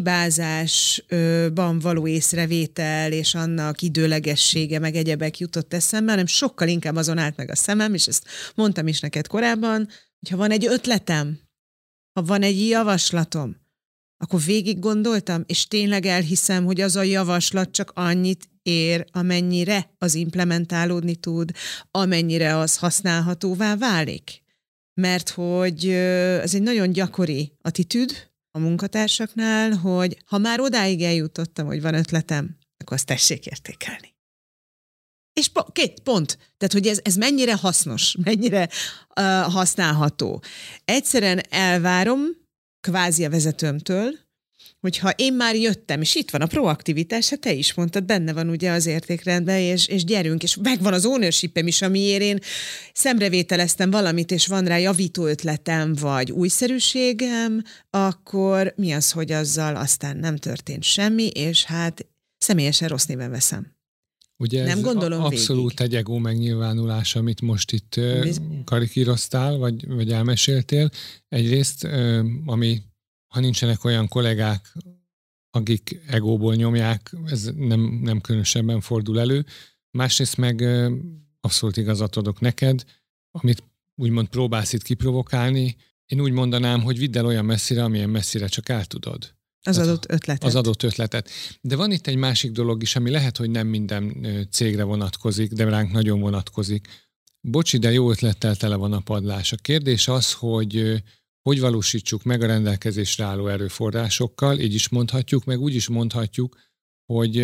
B: hibázásban való észrevétel és annak időlegessége, meg egyebek jutott eszembe, hanem sokkal inkább azon állt meg a szemem, és ezt mondtam is neked korábban, hogyha van egy ötletem, ha van egy javaslatom, akkor végig gondoltam, és tényleg elhiszem, hogy az a javaslat csak annyit ér, amennyire az implementálódni tud, amennyire az használhatóvá válik. Mert hogy ez egy nagyon gyakori attitűd a munkatársaknál, hogy ha már odáig eljutottam, hogy van ötletem, akkor azt tessék értékelni. És két pont. Tehát, hogy ez mennyire hasznos, mennyire használható. Egyszerűen elvárom, kvázi a vezetőmtől, hogyha én már jöttem, és itt van a proaktivitás, hát te is mondtad, benne van ugye az értékrendben, és gyerünk, és megvan az ownership-em is, amiért én szemrevételeztem valamit, és van rá javító ötletem, vagy újszerűségem, akkor mi az, hogy azzal aztán nem történt semmi, és hát személyesen rossz néven veszem.
C: Ugye nem gondolom abszolút végig. Egy ego megnyilvánulás, amit most itt karikíroztál, vagy elmeséltél. Egyrészt, ami, ha nincsenek olyan kollégák, akik egóból nyomják, ez nem különösebben fordul elő. Másrészt meg abszolút igazat adok neked, amit úgymond próbálsz itt kiprovokálni. Én úgy mondanám, hogy vidd el olyan messzire, amilyen messzire csak el tudod.
B: Az adott ötletet.
C: De van itt egy másik dolog is, ami lehet, hogy nem minden cégre vonatkozik, de ránk nagyon vonatkozik. Bocsi, de jó ötlettel tele van a padlás. A kérdés az, hogy valósítsuk meg a rendelkezésre álló erőforrásokkal, így is mondhatjuk, meg úgy is mondhatjuk, hogy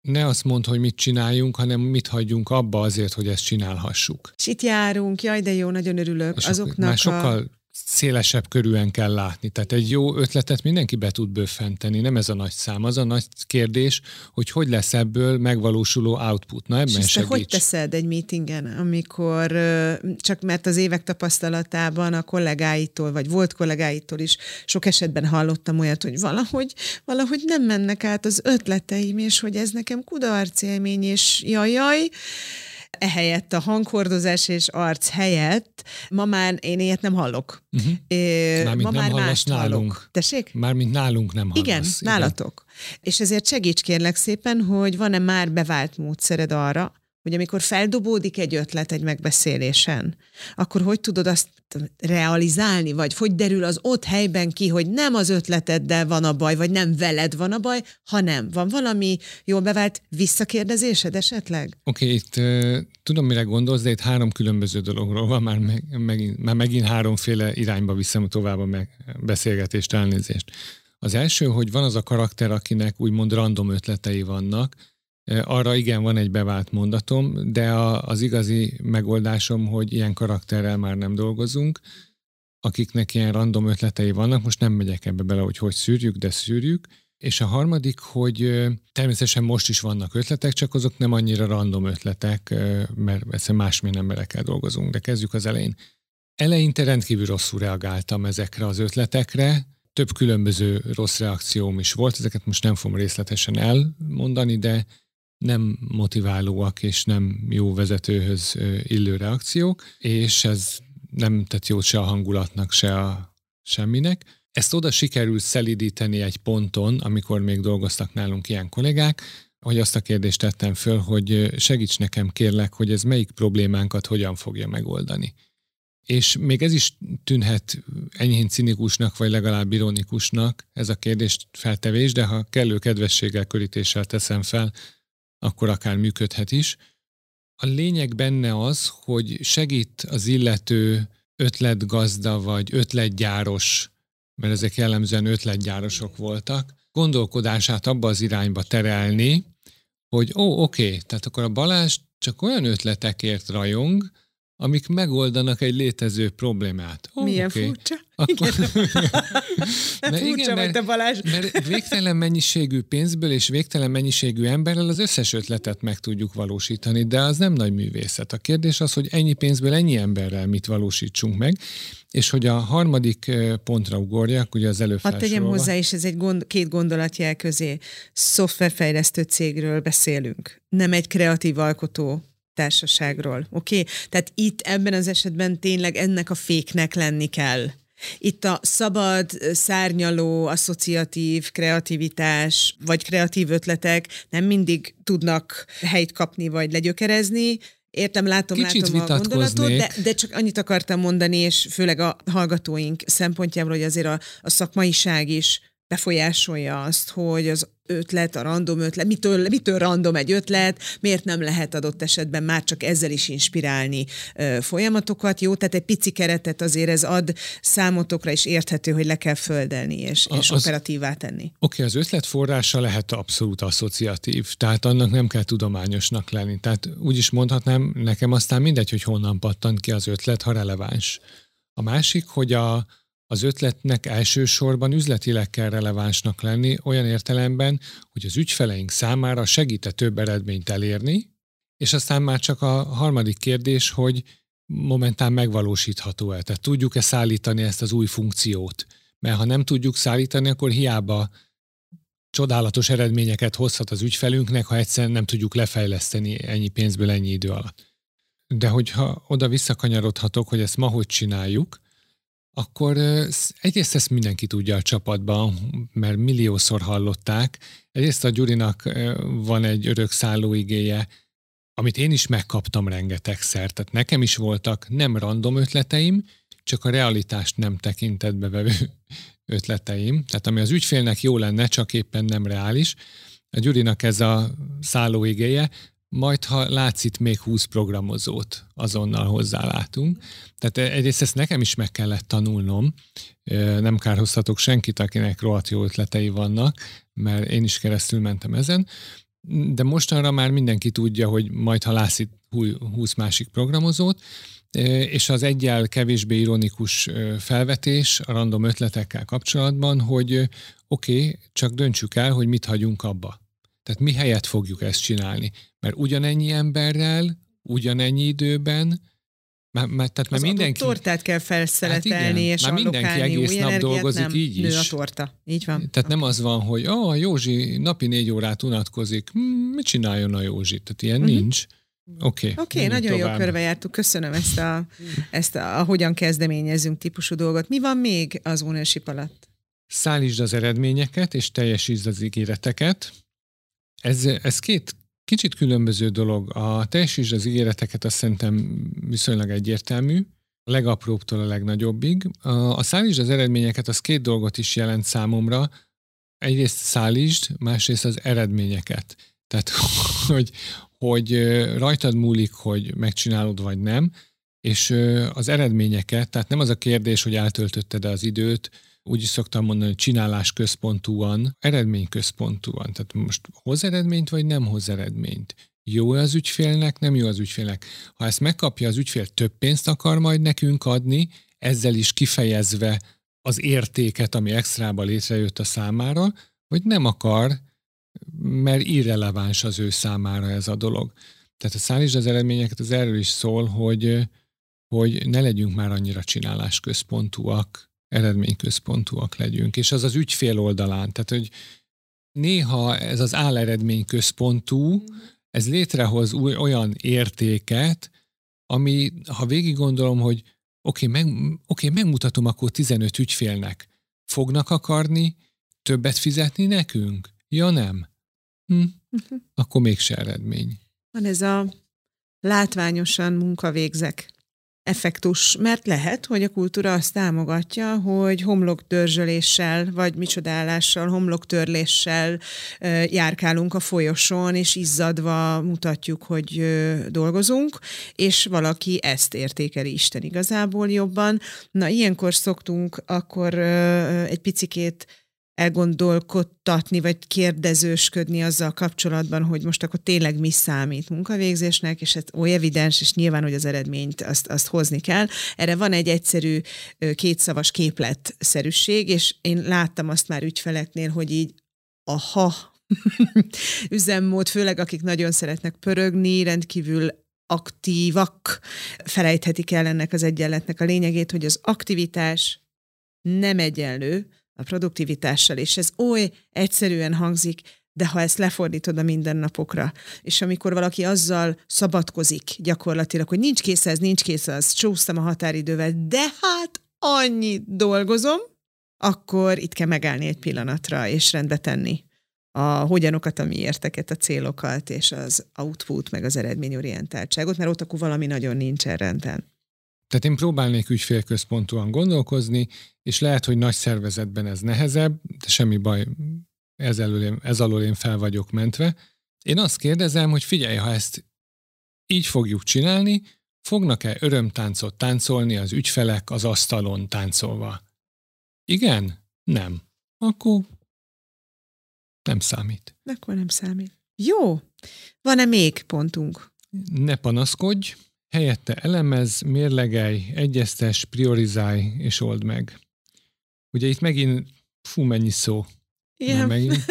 C: ne azt mondd, hogy mit csináljunk, hanem mit hagyjunk abba azért, hogy ezt csinálhassuk.
B: És itt járunk, jaj, de jó, nagyon örülök.
C: Már sokkal szélesebb körűen kell látni. Tehát egy jó ötletet mindenki be tud böffenteni, nem ez a nagy szám. Az a nagy kérdés, hogy lesz ebből megvalósuló output. Na, ebben segíts.
B: Hogy teszed egy meetingen, amikor csak mert az évek tapasztalatában a kollégáitól, vagy volt kollégáitól is sok esetben hallottam olyat, hogy valahogy nem mennek át az ötleteim, és hogy ez nekem kudarc élmény, és jaj, ehelyett a hanghordozás és arc helyett ma már én ilyet nem hallok.
C: Mármint
B: ma
C: nem
B: már
C: hallasz nálunk.
B: Tessék?
C: Mármint nálunk nem hallasz.
B: Igen, nálatok. És ezért segíts kérlek szépen, hogy van-e már bevált módszered arra, hogy amikor feldobódik egy ötlet egy megbeszélésen, akkor hogy tudod azt realizálni, vagy hogy derül az ott helyben ki, hogy nem az ötleteddel van a baj, vagy nem veled van a baj, hanem van valami jól bevált visszakérdezésed esetleg?
C: Oké, itt tudom, mire gondolsz, de itt 3 különböző dologról van, már megint 3-féle irányba viszem tovább a beszélgetést, elnézést. Az első, hogy van az a karakter, akinek úgymond random ötletei vannak. Arra igen, van egy bevált mondatom, de az igazi megoldásom, hogy ilyen karakterrel már nem dolgozunk, akiknek ilyen random ötletei vannak, most nem megyek ebbe bele, hogy szűrjük, de szűrjük. És a harmadik, hogy természetesen most is vannak ötletek, csak azok nem annyira random ötletek, mert egyszerűen másmilyen emberekkel dolgozunk, de kezdjük az elején. Eleinte rendkívül rosszul reagáltam ezekre az ötletekre, több különböző rossz reakcióm is volt, ezeket most nem fogom részletesen elmondani, de nem motiválóak és nem jó vezetőhöz illő reakciók, és ez nem tett jót se a hangulatnak, se a semminek. Ezt oda sikerült szelídíteni egy ponton, amikor még dolgoztak nálunk ilyen kollégák, hogy azt a kérdést tettem föl, hogy segíts nekem kérlek, hogy ez melyik problémánkat hogyan fogja megoldani. És még ez is tűnhet enyhén cinikusnak, vagy legalább ironikusnak ez a kérdést feltevés, de ha kellő kedvességgel, körítéssel teszem fel, akkor akár működhet is. A lényeg benne az, hogy segít az illető ötletgazda, vagy ötletgyáros, mert ezek jellemzően ötletgyárosok voltak, gondolkodását abba az irányba terelni, hogy oké, tehát akkor a Balázs csak olyan ötletekért rajong, amik megoldanak egy létező problémát.
B: Milyen furcsa.
C: Akkor...
B: Furcsa vagy te, Balázs.
C: Mert végtelen mennyiségű pénzből és végtelen mennyiségű emberrel az összes ötletet meg tudjuk valósítani, de az nem nagy művészet. A kérdés az, hogy ennyi pénzből ennyi emberrel mit valósítsunk meg, és hogy a harmadik pontra ugorjak, ugye az előbb felsorolva.
B: Hadd tegyem hozzá, és ez két gondolatjel közé. Szoftverfejlesztő cégről beszélünk. Nem egy kreatív alkotó társaságról, oké? Tehát itt ebben az esetben tényleg ennek a féknek lenni kell. Itt a szabad, szárnyaló, asszociatív kreativitás, vagy kreatív ötletek nem mindig tudnak helyt kapni, vagy legyökerezni. Értem, látom a gondolatot, de csak annyit akartam mondani, és főleg a hallgatóink szempontjából, hogy azért a szakmaiság is befolyásolja azt, hogy az ötlet, a random ötlet, mitől random egy ötlet, miért nem lehet adott esetben már csak ezzel is inspirálni folyamatokat, jó? Tehát egy pici keretet azért ez ad számotokra is érthető, hogy le kell földelni és operatívá tenni.
C: Oké, az ötlet forrása lehet abszolút asszociatív, tehát annak nem kell tudományosnak lenni. Tehát úgy is mondhatnám, nekem aztán mindegy, hogy honnan pattant ki az ötlet, ha releváns. A másik, hogy az ötletnek elsősorban üzletileg kell relevánsnak lenni, olyan értelemben, hogy az ügyfeleink számára segít-e több eredményt elérni, és aztán már csak a harmadik kérdés, hogy momentán megvalósítható-e, tehát tudjuk-e szállítani ezt az új funkciót. Mert ha nem tudjuk szállítani, akkor hiába csodálatos eredményeket hozhat az ügyfelünknek, ha egyszerűen nem tudjuk lefejleszteni ennyi pénzből ennyi idő alatt. De hogyha oda visszakanyarodhatok, hogy ezt ma hogy csináljuk, akkor egyrészt ezt mindenki tudja a csapatban, mert milliószor hallották. Egyrészt a Gyurinak van egy örökszálló igéje, amit én is megkaptam rengetegszer. Tehát nekem is voltak nem random ötleteim, csak a realitást nem tekintetbe vevő ötleteim. Tehát ami az ügyfélnek jó lenne, csak éppen nem reális. A Gyurinak ez a szálló igéje, majd ha látsz itt még 20 programozót, azonnal hozzálátunk. Tehát egyrészt ezt nekem is meg kellett tanulnom, nem kárhoztatok senkit, akinek rohadt jó ötletei vannak, mert én is keresztül mentem ezen. de mostanra már mindenki tudja, hogy majd halász 20 másik programozót, és az egyel kevésbé ironikus felvetés a random ötletekkel kapcsolatban, hogy oké, csak döntsük el, hogy mit hagyunk abba. Tehát mi helyett fogjuk ezt csinálni. Mert ugyanennyi emberrel, ugyanennyi időben, tehát már mindenki...
B: tortát kell felszeletelni, és
C: már mindenki egész nap dolgozik,
B: nem
C: így
B: nő
C: is.
B: a torta. Így van.
C: Tehát nem az van, hogy Józsi napi 4 órát unatkozik, mit csináljon a Józsi? Tehát ilyen nincs. Oké,
B: nagyon jó körbe jártuk. Köszönöm ezt a hogyan kezdeményezünk típusú dolgot. Mi van még az ownership alatt?
C: Szállítsd az eredményeket, és teljesítsd az ígéreteket. Ez két kicsit különböző dolog. A teljesítsd az ígéreteket azt szerintem viszonylag egyértelmű, a legapróbbtól a legnagyobbig. A szállítsd az eredményeket az 2 dolgot is jelent számomra. Egyrészt szállítsd, másrészt az eredményeket. Tehát, hogy rajtad múlik, hogy megcsinálod vagy nem, és az eredményeket, tehát nem az a kérdés, hogy eltöltötted az időt, úgy is szoktam mondani, hogy csinálásközpontúan, eredményközpontúan. Tehát most hoz eredményt, vagy nem hoz eredményt? Jó az ügyfélnek, nem jó az ügyfélnek? Ha ezt megkapja az ügyfél, több pénzt akar majd nekünk adni, ezzel is kifejezve az értéket, ami extrába létrejött a számára, vagy nem akar, mert irreleváns az ő számára ez a dolog. Tehát a szállítsd az eredményeket, az erről is szól, hogy ne legyünk már annyira csinálásközpontúak, eredményközpontúak legyünk, és az ügyfél oldalán. Tehát, hogy néha ez az áll-eredményközpontú, ez létrehoz olyan értéket, ami, ha végig gondolom, hogy oké, megmutatom akkor 15 ügyfélnek, fognak akarni többet fizetni nekünk? Ja, nem. Akkor mégse eredmény.
B: Van ez a látványosan munkavégzek effektus, mert lehet, hogy a kultúra azt támogatja, hogy homlokdörzsöléssel, vagy micsodálással, homloktörléssel járkálunk a folyosón, és izzadva mutatjuk, hogy dolgozunk, és valaki ezt értékeli Isten igazából jobban. Na, ilyenkor szoktunk akkor egy picikét elgondolkodtatni, vagy kérdezősködni azzal kapcsolatban, hogy most akkor tényleg mi számít munkavégzésnek, és ez oly evidens, és nyilván, hogy az eredményt azt hozni kell. Erre van egy egyszerű kétszavas képletszerűség, és én láttam azt már ügyfeleknél, hogy így üzemmód, főleg akik nagyon szeretnek pörögni, rendkívül aktívak, felejthetik el ennek az egyenletnek a lényegét, hogy az aktivitás nem egyenlő a produktivitással, és ez oly egyszerűen hangzik, de ha ezt lefordítod a mindennapokra, és amikor valaki azzal szabadkozik gyakorlatilag, hogy nincs kész az, csúsztam a határidővel, de hát annyit dolgozom, akkor itt kell megállni egy pillanatra, és rendbe tenni a hogyanokat, a miérteket, a célokat, és az output, meg az eredményorientáltságot, mert ott akkor valami nagyon nincsen rendben.
C: Tehát én próbálnék ügyfélközpontúan gondolkozni, és lehet, hogy nagy szervezetben ez nehezebb, de semmi baj, ez alól én fel vagyok mentve. Én azt kérdezem, hogy figyelj, ha ezt így fogjuk csinálni, fognak-e örömtáncot táncolni az ügyfelek az asztalon táncolva? Igen? Nem. Akkor nem számít.
B: Akkor nem számít. Jó. Van-e még pontunk?
C: Ne panaszkodj. Helyette elemezz, mérlegelj, egyeztes, priorizálj és old meg. Ugye itt megint, mennyi szó.
B: Igen.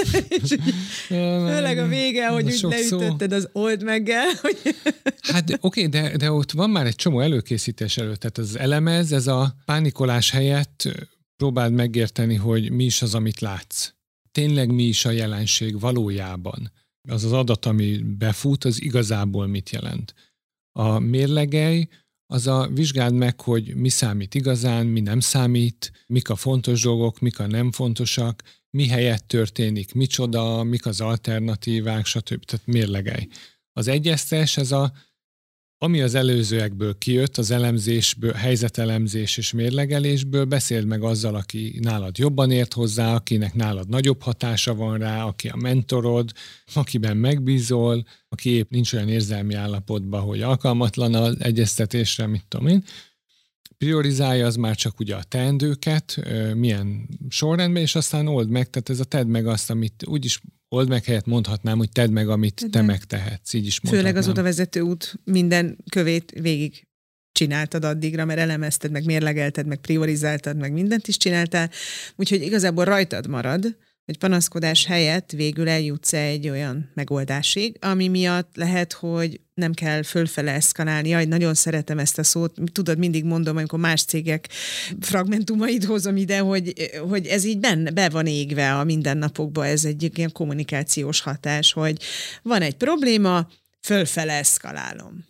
B: Főleg a vége, hogy úgy leütötted az old meggel.
C: Hát oké, de ott van már egy csomó előkészítés előtt. Tehát az elemez, ez a pánikolás helyett próbáld megérteni, hogy mi is az, amit látsz. Tényleg mi is a jelenség valójában. Az az adat, ami befut, az igazából mit jelent. A mérlegelj, az a vizsgáld meg, hogy mi számít igazán, mi nem számít, mik a fontos dolgok, mik a nem fontosak, mi helyett történik, micsoda, mik az alternatívák, stb. Tehát mérlegelj. Az egyeztes, ez ami az előzőekből kijött, az elemzésből, helyzetelemzés és mérlegelésből, beszéld meg azzal, aki nálad jobban ért hozzá, akinek nálad nagyobb hatása van rá, aki a mentorod, akiben megbízol, aki épp nincs olyan érzelmi állapotban, hogy alkalmatlan az egyeztetésre, mit tudom én. priorizálja, az már csak ugye a teendőket, milyen sorrendben, és aztán old meg, tehát ez a tedd meg azt, amit úgyis old meg helyett mondhatnám, hogy tedd meg, amit te megtehetsz, így is mondhatnám.
B: Főleg az odavezető út minden kövét végig csináltad addigra, mert elemezted, meg mérlegelted, meg priorizáltad, meg mindent is csináltál, úgyhogy igazából rajtad marad, hogy panaszkodás helyett végül eljutsz egy olyan megoldásig, ami miatt lehet, hogy nem kell fölfele eszkalálni. Jaj, nagyon szeretem ezt a szót. Tudod, mindig mondom, amikor más cégek fragmentumait hozom ide, hogy ez így be van égve a mindennapokban, ez egy ilyen kommunikációs hatás, hogy van egy probléma, fölfele eszkalálom.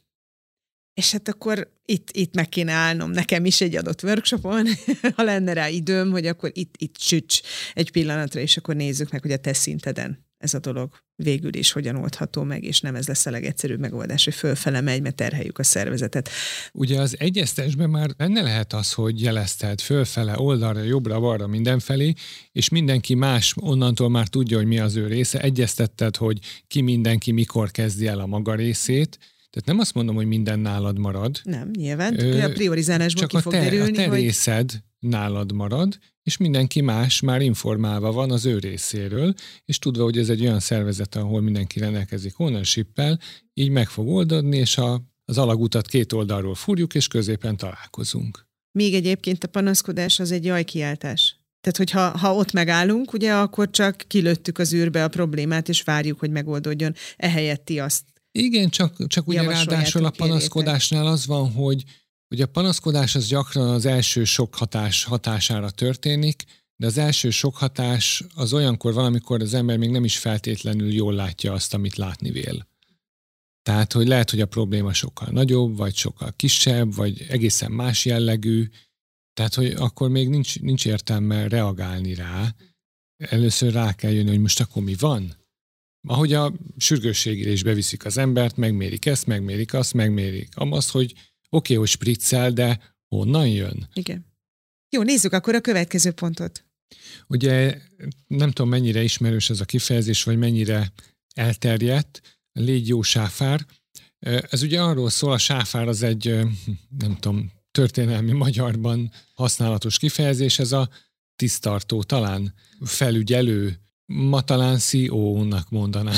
B: És hát akkor itt meg kéne állnom nekem is egy adott workshopon, ha lenne rá időm, hogy akkor itt süts egy pillanatra, és akkor nézzük meg, hogy a te szinteden ez a dolog végül is hogyan oldható meg, és nem ez lesz a legegyszerűbb megoldás, hogy fölfele megy, mert terheljük a szervezetet.
C: Ugye az egyeztesben már benne lehet az, hogy jelezted fölfele, oldalra, jobbra, balra, mindenfelé, és mindenki más onnantól már tudja, hogy mi az ő része. Egyeztetted, hogy mindenki mikor kezdi el a maga részét. Tehát nem azt mondom, hogy minden nálad marad.
B: Nem, nyilván. A priorizálásból
C: csak
B: ki fog derülni,
C: a te részed nálad marad, és mindenki más már informálva van az ő részéről, és tudva, hogy ez egy olyan szervezet, ahol mindenki rendelkezik ownership-el, így meg fog oldódni, és az alagutat két oldalról fúrjuk, és középen találkozunk.
B: Még egyébként a panaszkodás az egy jajkiáltás. Tehát, hogy ha ott megállunk, ugye, akkor csak kilőttük az űrbe a problémát, és várjuk, hogy megoldódjon. Ehelyett ti azt
C: igen, csak ugye ráadásul a panaszkodásnál az van, hogy a panaszkodás az gyakran az első sok hatására történik, de az első sok hatás az olyankor van, amikor az ember még nem is feltétlenül jól látja azt, amit látni vél. Tehát, hogy lehet, hogy a probléma sokkal nagyobb, vagy sokkal kisebb, vagy egészen más jellegű, tehát, hogy akkor még nincs értelme reagálni rá. Először rá kell jönni, hogy most akkor mi van? Ahogy a sürgősségére is beviszik az embert, megmérik ezt, megmérik azt, megmérik azt, hogy oké, hogy spriccel, de honnan jön?
B: Igen. Jó, nézzük akkor a következő pontot.
C: Ugye nem tudom, mennyire ismerős ez a kifejezés, vagy mennyire elterjedt, légy jó sáfár. Ez ugye arról szól, a sáfár az egy, nem tudom, történelmi magyarban használatos kifejezés, ez a tisztartó, talán felügyelő, ma talán CEO-nak mondanám.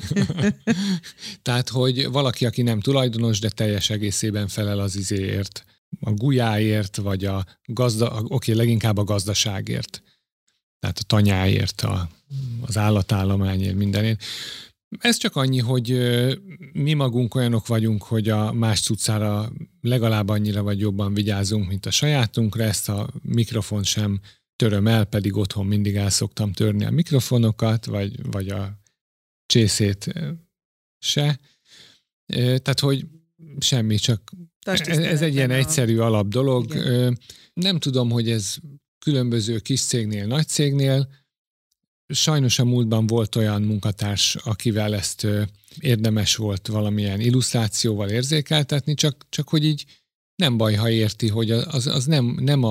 C: Tehát, hogy valaki, aki nem tulajdonos, de teljes egészében felel az izéért, a gulyáért, vagy leginkább a gazdaságért. Tehát a tanyáért, az állatállományért, mindenért. Ez csak annyi, hogy mi magunk olyanok vagyunk, hogy a más cuccára legalább annyira vagy jobban vigyázunk, mint a sajátunkra. Ezt a mikrofon sem töröm el, pedig otthon mindig el szoktam törni a mikrofonokat, vagy a csészét se. Tehát, hogy semmi, csak ez egy ilyen egyszerű alap dolog. Igen. Nem tudom, hogy ez különböző kis cégnél, nagy cégnél. Sajnos a múltban volt olyan munkatárs, akivel ezt érdemes volt valamilyen illusztrációval érzékeltetni, csak hogy így nem baj, ha érti, hogy az nem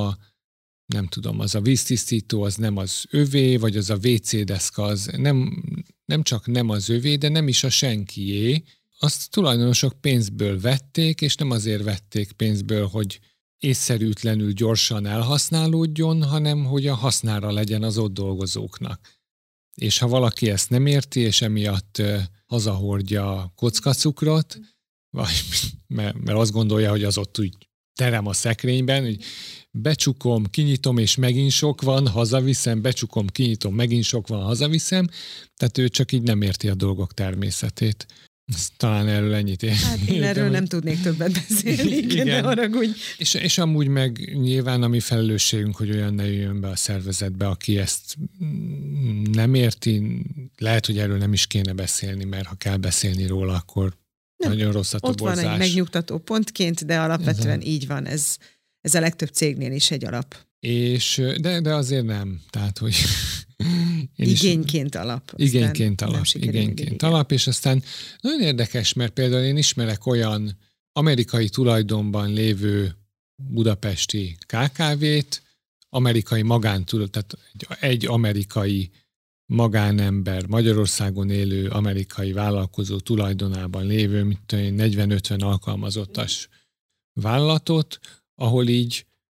C: az a víztisztító, az nem az övé, vagy az a WC deszka, az nem csak nem az övé, de nem is a senkié. Azt tulajdonosok pénzből vették, és nem azért vették pénzből, hogy észszerűtlenül gyorsan elhasználódjon, hanem hogy a hasznára legyen az ott dolgozóknak. És ha valaki ezt nem érti, és emiatt hazahordja a kockacukrot, vagy mert azt gondolja, hogy az ott úgy terem a szekrényben, hogy becsukom, kinyitom, és megint sok van, hazaviszem, becsukom, kinyitom, megint sok van, hazaviszem. Tehát ő csak így nem érti a dolgok természetét. Talán erről ennyit értem.
B: Hát én erről nem tudnék többet beszélni, igen. De haragudj.
C: És amúgy meg nyilván a mi felelősségünk, hogy olyan ne jöjjön be a szervezetbe, aki ezt nem érti. Lehet, hogy erről nem is kéne beszélni, mert ha kell beszélni róla, akkor nagyon rossz a toborzás.
B: Ott van egy megnyugtató pontként, de alapvetően így van. Ez a legtöbb cégnél is egy alap.
C: De azért nem. Tehát, hogy...
B: Igényként alap.
C: Igényként alap, és aztán nagyon érdekes, mert például én ismerek olyan amerikai tulajdonban lévő budapesti KKV-t, amerikai tehát egy amerikai magánember, Magyarországon élő amerikai vállalkozó tulajdonában lévő, 40-50 alkalmazottas vállalatot, ahol így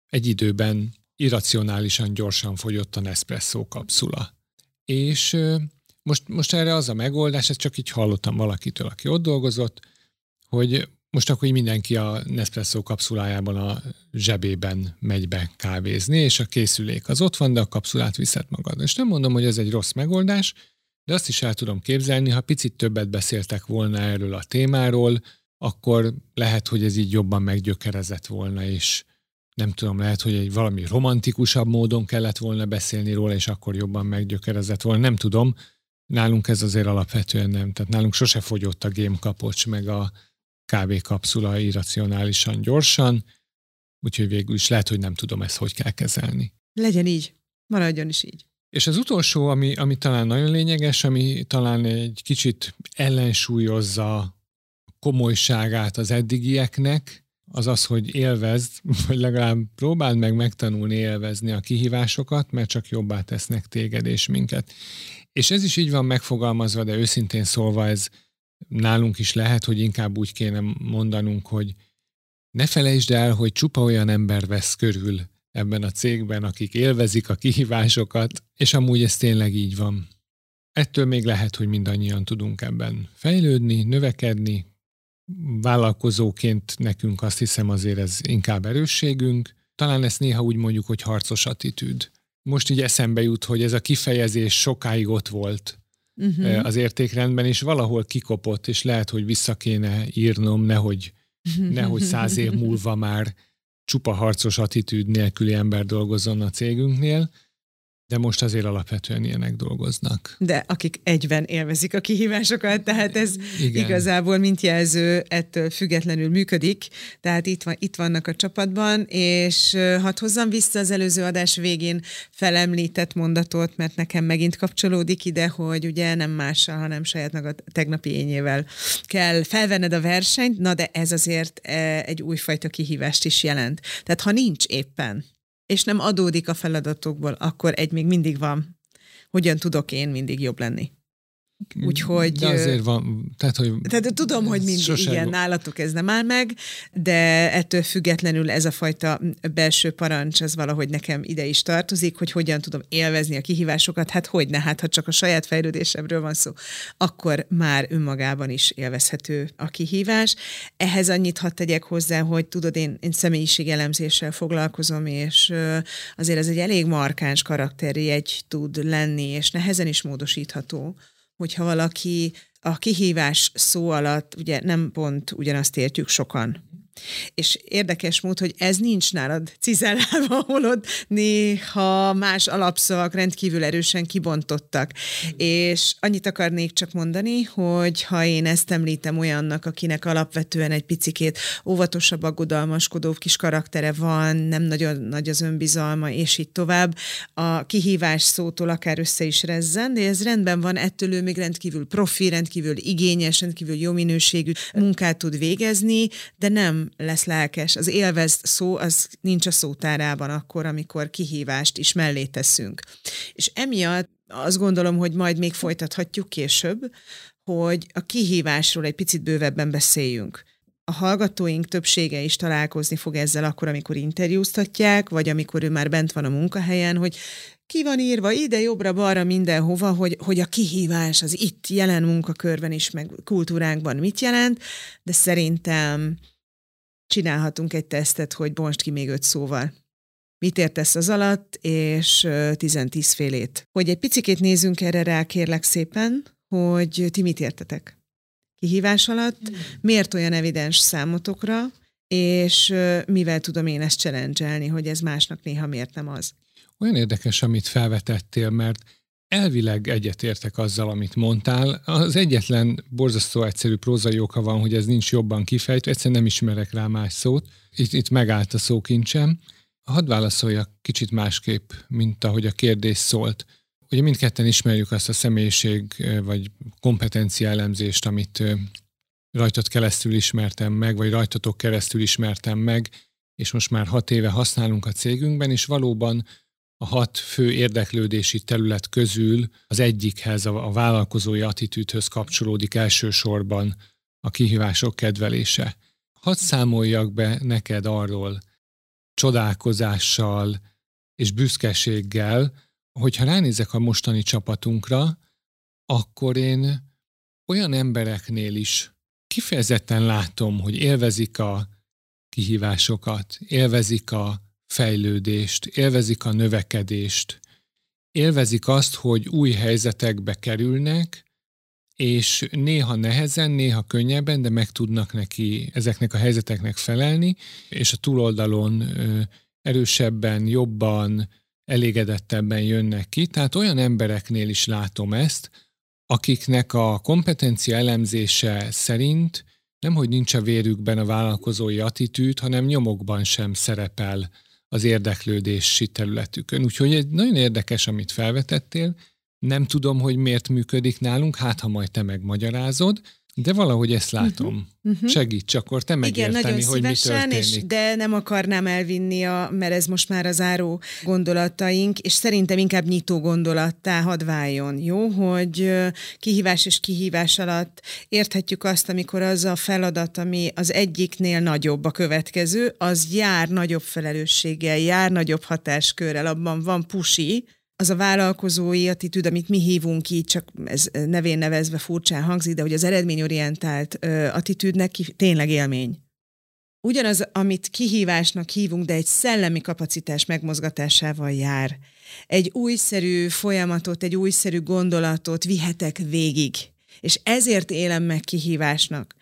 C: egy időben irracionálisan gyorsan fogyott a Nespresso kapszula. És most erre az a megoldás, ezt csak így hallottam valakitől, aki ott dolgozott, hogy most akkor mindenki a Nespresso kapszulájában a zsebében megy be kávézni, és a készülék az ott van, de a kapszulát viszed magad. És nem mondom, hogy ez egy rossz megoldás, de azt is el tudom képzelni, ha picit többet beszéltek volna erről a témáról, akkor lehet, hogy ez így jobban meggyökerezett volna, és nem tudom, lehet, hogy egy valami romantikusabb módon kellett volna beszélni róla, és akkor jobban meggyökerezett volna. Nem tudom, nálunk ez azért alapvetően nem. Tehát nálunk sose fogyott a gémkapocs, meg a kávékapszula irracionálisan gyorsan, úgyhogy végül is lehet, hogy nem tudom ezt, hogy kell kezelni.
B: Legyen így, maradjon is így.
C: És az utolsó, ami talán nagyon lényeges, ami talán egy kicsit ellensúlyozza a komolyságát az eddigieknek, az az, hogy élvezd, vagy legalább próbáld meg megtanulni élvezni a kihívásokat, mert csak jobbá tesznek téged és minket. És ez is így van megfogalmazva, de őszintén szólva ez nálunk is lehet, hogy inkább úgy kéne mondanunk, hogy ne felejtsd el, hogy csupa olyan ember vesz körül ebben a cégben, akik élvezik a kihívásokat, és amúgy ez tényleg így van. Ettől még lehet, hogy mindannyian tudunk ebben fejlődni, növekedni. Vállalkozóként nekünk azt hiszem azért ez inkább erősségünk. Talán ezt néha úgy mondjuk, hogy harcos attitűd. Most így eszembe jut, hogy ez a kifejezés sokáig ott volt az értékrendben, és valahol kikopott, és lehet, hogy vissza kéne írnom, nehogy 100 év múlva már csupa harcos attitűd nélküli ember dolgozzon a cégünknél, de most azért alapvetően ilyenek dolgoznak.
B: De akik egyben élvezik a kihívásokat, tehát ez igen. Igazából mint jelző ettől függetlenül működik, tehát itt vannak a csapatban, és hadd hozzam vissza az előző adás végén felemlített mondatot, mert nekem megint kapcsolódik ide, hogy ugye nem mással, hanem saját magad tegnapi ényével kell felvenned a versenyt, na de ez azért egy újfajta kihívást is jelent. Tehát ha nincs éppen, és nem adódik a feladatokból, akkor egy még mindig van. Hogyan tudok én mindig jobb lenni? Úgyhogy...
C: De azért van...
B: Tehát tudom, hogy mindig igen, nálatok ez nem áll meg, de ettől függetlenül ez a fajta belső parancs, ez valahogy nekem ide is tartozik, hogy hogyan tudom élvezni a kihívásokat. Hát hogyne, ha csak a saját fejlődésemről van szó, akkor már önmagában is élvezhető a kihívás. Ehhez annyit hadd tegyek hozzá, hogy tudod, én személyiségelemzéssel foglalkozom, és azért ez egy elég markáns karakterjegy tud lenni, és nehezen is módosítható, hogyha valaki a kihívás szó alatt, ugye nem pont ugyanazt értjük sokan. És érdekes mód, hogy ez nincs nálad cizellálva, holod néha más alapszavak rendkívül erősen kibontottak. És annyit akarnék csak mondani, hogy ha én ezt említem olyannak, akinek alapvetően egy picikét óvatosabb, aggodalmaskodó kis karaktere van, nem nagyon nagy az önbizalma, és így tovább, a kihívás szótól akár össze is rezzen, de ez rendben van, ettől ő még rendkívül profi, rendkívül igényes, rendkívül jó minőségű munkát tud végezni, de nem lesz lelkes. Az élvezd szó, az nincs a szótárában akkor, amikor kihívást is mellé teszünk. És emiatt azt gondolom, hogy majd még folytathatjuk később, hogy a kihívásról egy picit bővebben beszéljünk. A hallgatóink többsége is találkozni fog ezzel akkor, amikor interjúztatják, vagy amikor ő már bent van a munkahelyen, hogy ki van írva ide, jobbra-balra, mindenhova, hogy a kihívás az itt jelen munkakörben is, meg kultúránkban mit jelent, de szerintem csinálhatunk egy tesztet, hogy bontsd ki még 5 szóval. Mit értesz az alatt, és 10 félét. Hogy egy picikét nézzünk erre rá, kérlek szépen, hogy ti mit értetek kihívás alatt, miért olyan evidens számotokra, és mivel tudom én ezt challenge-elni, hogy ez másnak néha miért nem az.
C: Olyan érdekes, amit felvetettél, mert elvileg egyetértek azzal, amit mondtál. Az egyetlen borzasztó egyszerű prózai oka van, hogy ez nincs jobban kifejtve, egyszerűen nem ismerek rá más szót. Itt megállt a szókincsem. Hadd válaszoljak kicsit másképp, mint ahogy a kérdés szólt. Ugye mindketten ismerjük azt a személyiség vagy kompetencia elemzést, amit rajtad keresztül ismertem meg, vagy rajtatok keresztül ismertem meg, és most már 6 éve használunk a cégünkben, és valóban a 6 fő érdeklődési terület közül az egyikhez, a vállalkozói attitűdhöz kapcsolódik elsősorban a kihívások kedvelése. Hadd számoljak be neked arról, csodálkozással és büszkeséggel, hogyha ránézek a mostani csapatunkra, akkor én olyan embereknél is kifejezetten látom, hogy élvezik a kihívásokat, élvezik a fejlődést, élvezik a növekedést, élvezik azt, hogy új helyzetekbe kerülnek, és néha nehezen, néha könnyebben, de meg tudnak neki ezeknek a helyzeteknek felelni, és a túloldalon erősebben, jobban, elégedettebben jönnek ki. Tehát olyan embereknél is látom ezt, akiknek a kompetencia elemzése szerint nemhogy nincs a vérükben a vállalkozói attitűd, hanem nyomokban sem szerepel az érdeklődési területükön. Úgyhogy egy nagyon érdekes, amit felvetettél. Nem tudom, hogy miért működik nálunk, hát ha majd te megmagyarázod, de valahogy ezt látom. Segíts, akkor te megérteni, hogy mi történik.
B: De nem akarnám elvinni, mert ez most már a záró gondolataink, és szerintem inkább nyitó gondolattá hadd váljon, jó? Hogy kihívás és kihívás alatt érthetjük azt, amikor az a feladat, ami az egyiknél nagyobb a következő, az jár nagyobb felelősséggel, jár nagyobb hatáskörrel, abban van pusi, az a vállalkozói attitűd, amit mi hívunk így, csak ez nevén nevezve furcsán hangzik, de hogy az eredményorientált attitűdnek tényleg élmény. Ugyanaz, amit kihívásnak hívunk, de egy szellemi kapacitás megmozgatásával jár. Egy újszerű folyamatot, egy újszerű gondolatot vihetek végig. És ezért élem meg kihívásnak,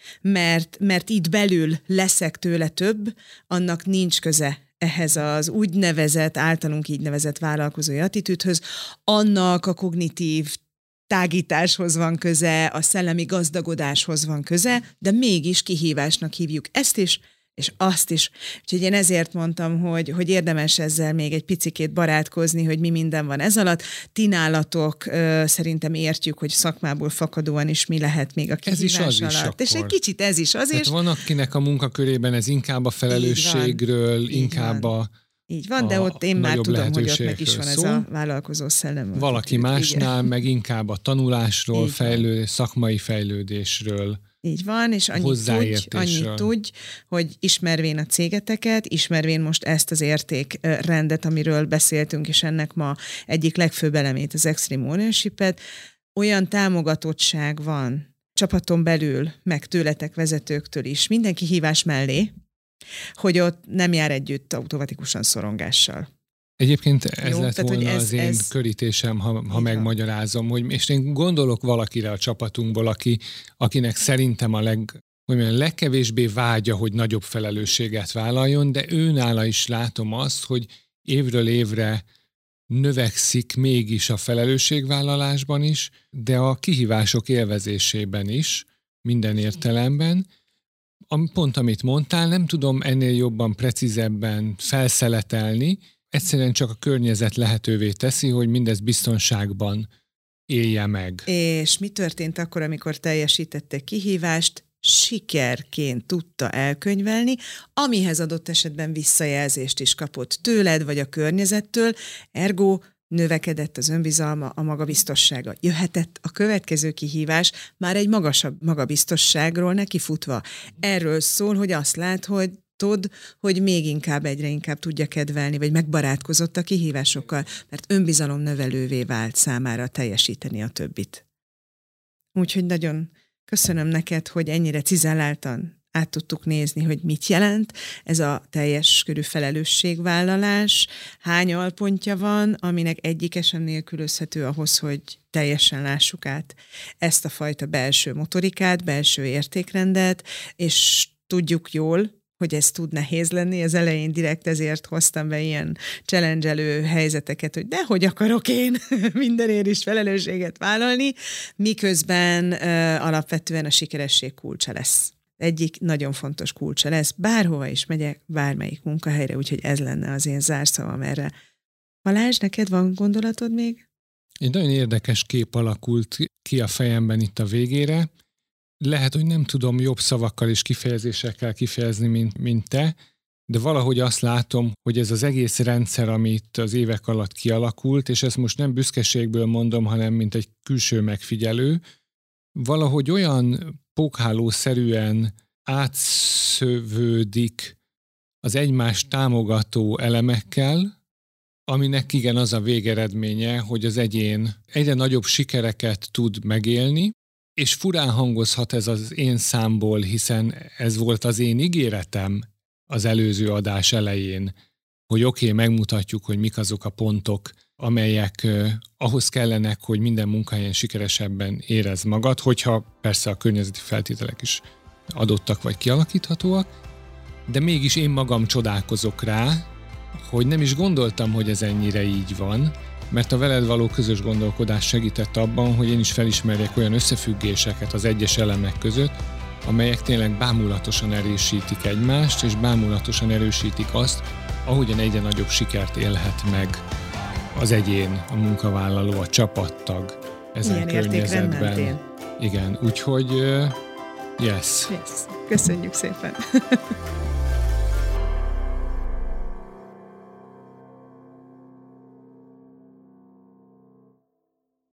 B: mert itt belül leszek tőle több, annak nincs köze ehhez az úgynevezett, általunk így nevezett vállalkozói attitűdhöz, annak a kognitív tágításhoz van köze, a szellemi gazdagodáshoz van köze, de mégis kihívásnak hívjuk ezt is, és azt is. Úgyhogy én ezért mondtam, hogy érdemes ezzel még egy picikét barátkozni, hogy mi minden van ez alatt. Ti nálatok szerintem értjük, hogy szakmából fakadóan is mi lehet még a kihívás alatt. És egy kicsit ez is az.
C: Tehát van, akinek a munkakörében ez inkább a felelősségről, inkább a
B: így van, de ott én már tudom, hogy ott meg is van ez a vállalkozó szellem.
C: Valaki másnál meg inkább a tanulásról, szakmai fejlődésről.
B: Így van, és annyit tudj, hogy ismervén a cégeteket, ismervén most ezt az értékrendet, amiről beszéltünk, és ennek ma egyik legfőbb elemét, az Extreme Ownership-et, olyan támogatottság van csapaton belül, meg tőletek vezetőktől is, minden kihívás mellé, hogy ott nem jár együtt automatikusan szorongással.
C: Egyébként ez lett volna az én körítésem, ha megmagyarázom, hogy, és én gondolok valakire a csapatunkból, akinek szerintem a legkevésbé vágya, hogy nagyobb felelősséget vállaljon, de őnála is látom azt, hogy évről évre növekszik mégis a felelősségvállalásban is, de a kihívások élvezésében is, minden értelemben. Pont amit mondtál, nem tudom ennél jobban, precízebben felszeletelni, egyszerűen csak a környezet lehetővé teszi, hogy mindez biztonságban élje meg.
B: És mi történt akkor, amikor teljesítette kihívást, sikerként tudta elkönyvelni, amihez adott esetben visszajelzést is kapott tőled, vagy a környezettől, ergo növekedett az önbizalma, a magabiztossága. Jöhetett a következő kihívás már egy magasabb magabiztosságról nekifutva. Erről szól, hogy azt lát, hogy még inkább, egyre inkább tudja kedvelni, vagy megbarátkozott a kihívásokkal, mert önbizalom növelővé vált számára teljesíteni a többit. Úgyhogy nagyon köszönöm neked, hogy ennyire cizelláltan át tudtuk nézni, hogy mit jelent ez a teljes körű felelősségvállalás, hány alpontja van, aminek egyike sem nélkülözhető ahhoz, hogy teljesen lássuk át ezt a fajta belső motorikát, belső értékrendet, és tudjuk jól, hogy ez tud nehéz lenni. Az elején direkt ezért hoztam be ilyen challenge-elő helyzeteket, hogy dehogy akarok én mindenért is felelősséget vállalni, miközben alapvetően a sikeresség kulcsa lesz. Egyik nagyon fontos kulcsa lesz. Bárhova is megyek, bármelyik munkahelyre, úgyhogy ez lenne az én zárszavam erre. Balázs, neked van gondolatod még?
C: Egy nagyon érdekes kép alakult ki a fejemben itt a végére. Lehet, hogy nem tudom jobb szavakkal és kifejezésekkel kifejezni, mint te, de valahogy azt látom, hogy ez az egész rendszer, amit az évek alatt kialakult, és ezt most nem büszkeségből mondom, hanem mint egy külső megfigyelő, valahogy olyan pókhálószerűen átszövődik az egymást támogató elemekkel, aminek igen az a végeredménye, hogy az egyén egyre nagyobb sikereket tud megélni, és furán hangozhat ez az én számból, hiszen ez volt az én ígéretem az előző adás elején, hogy oké, megmutatjuk, hogy mik azok a pontok, amelyek ahhoz kellenek, hogy minden munkahelyen sikeresebben érezd magad, hogyha persze a környezeti feltételek is adottak vagy kialakíthatóak, de mégis én magam csodálkozok rá, hogy nem is gondoltam, hogy ez ennyire így van, mert a veled való közös gondolkodás segített abban, hogy én is felismerjek olyan összefüggéseket az egyes elemek között, amelyek tényleg bámulatosan erősítik egymást, és bámulatosan erősítik azt, ahogyan egyre nagyobb sikert élhet meg az egyén, a munkavállaló, a csapattag ezen környezetben. Igen, úgyhogy yes.
B: Köszönjük szépen!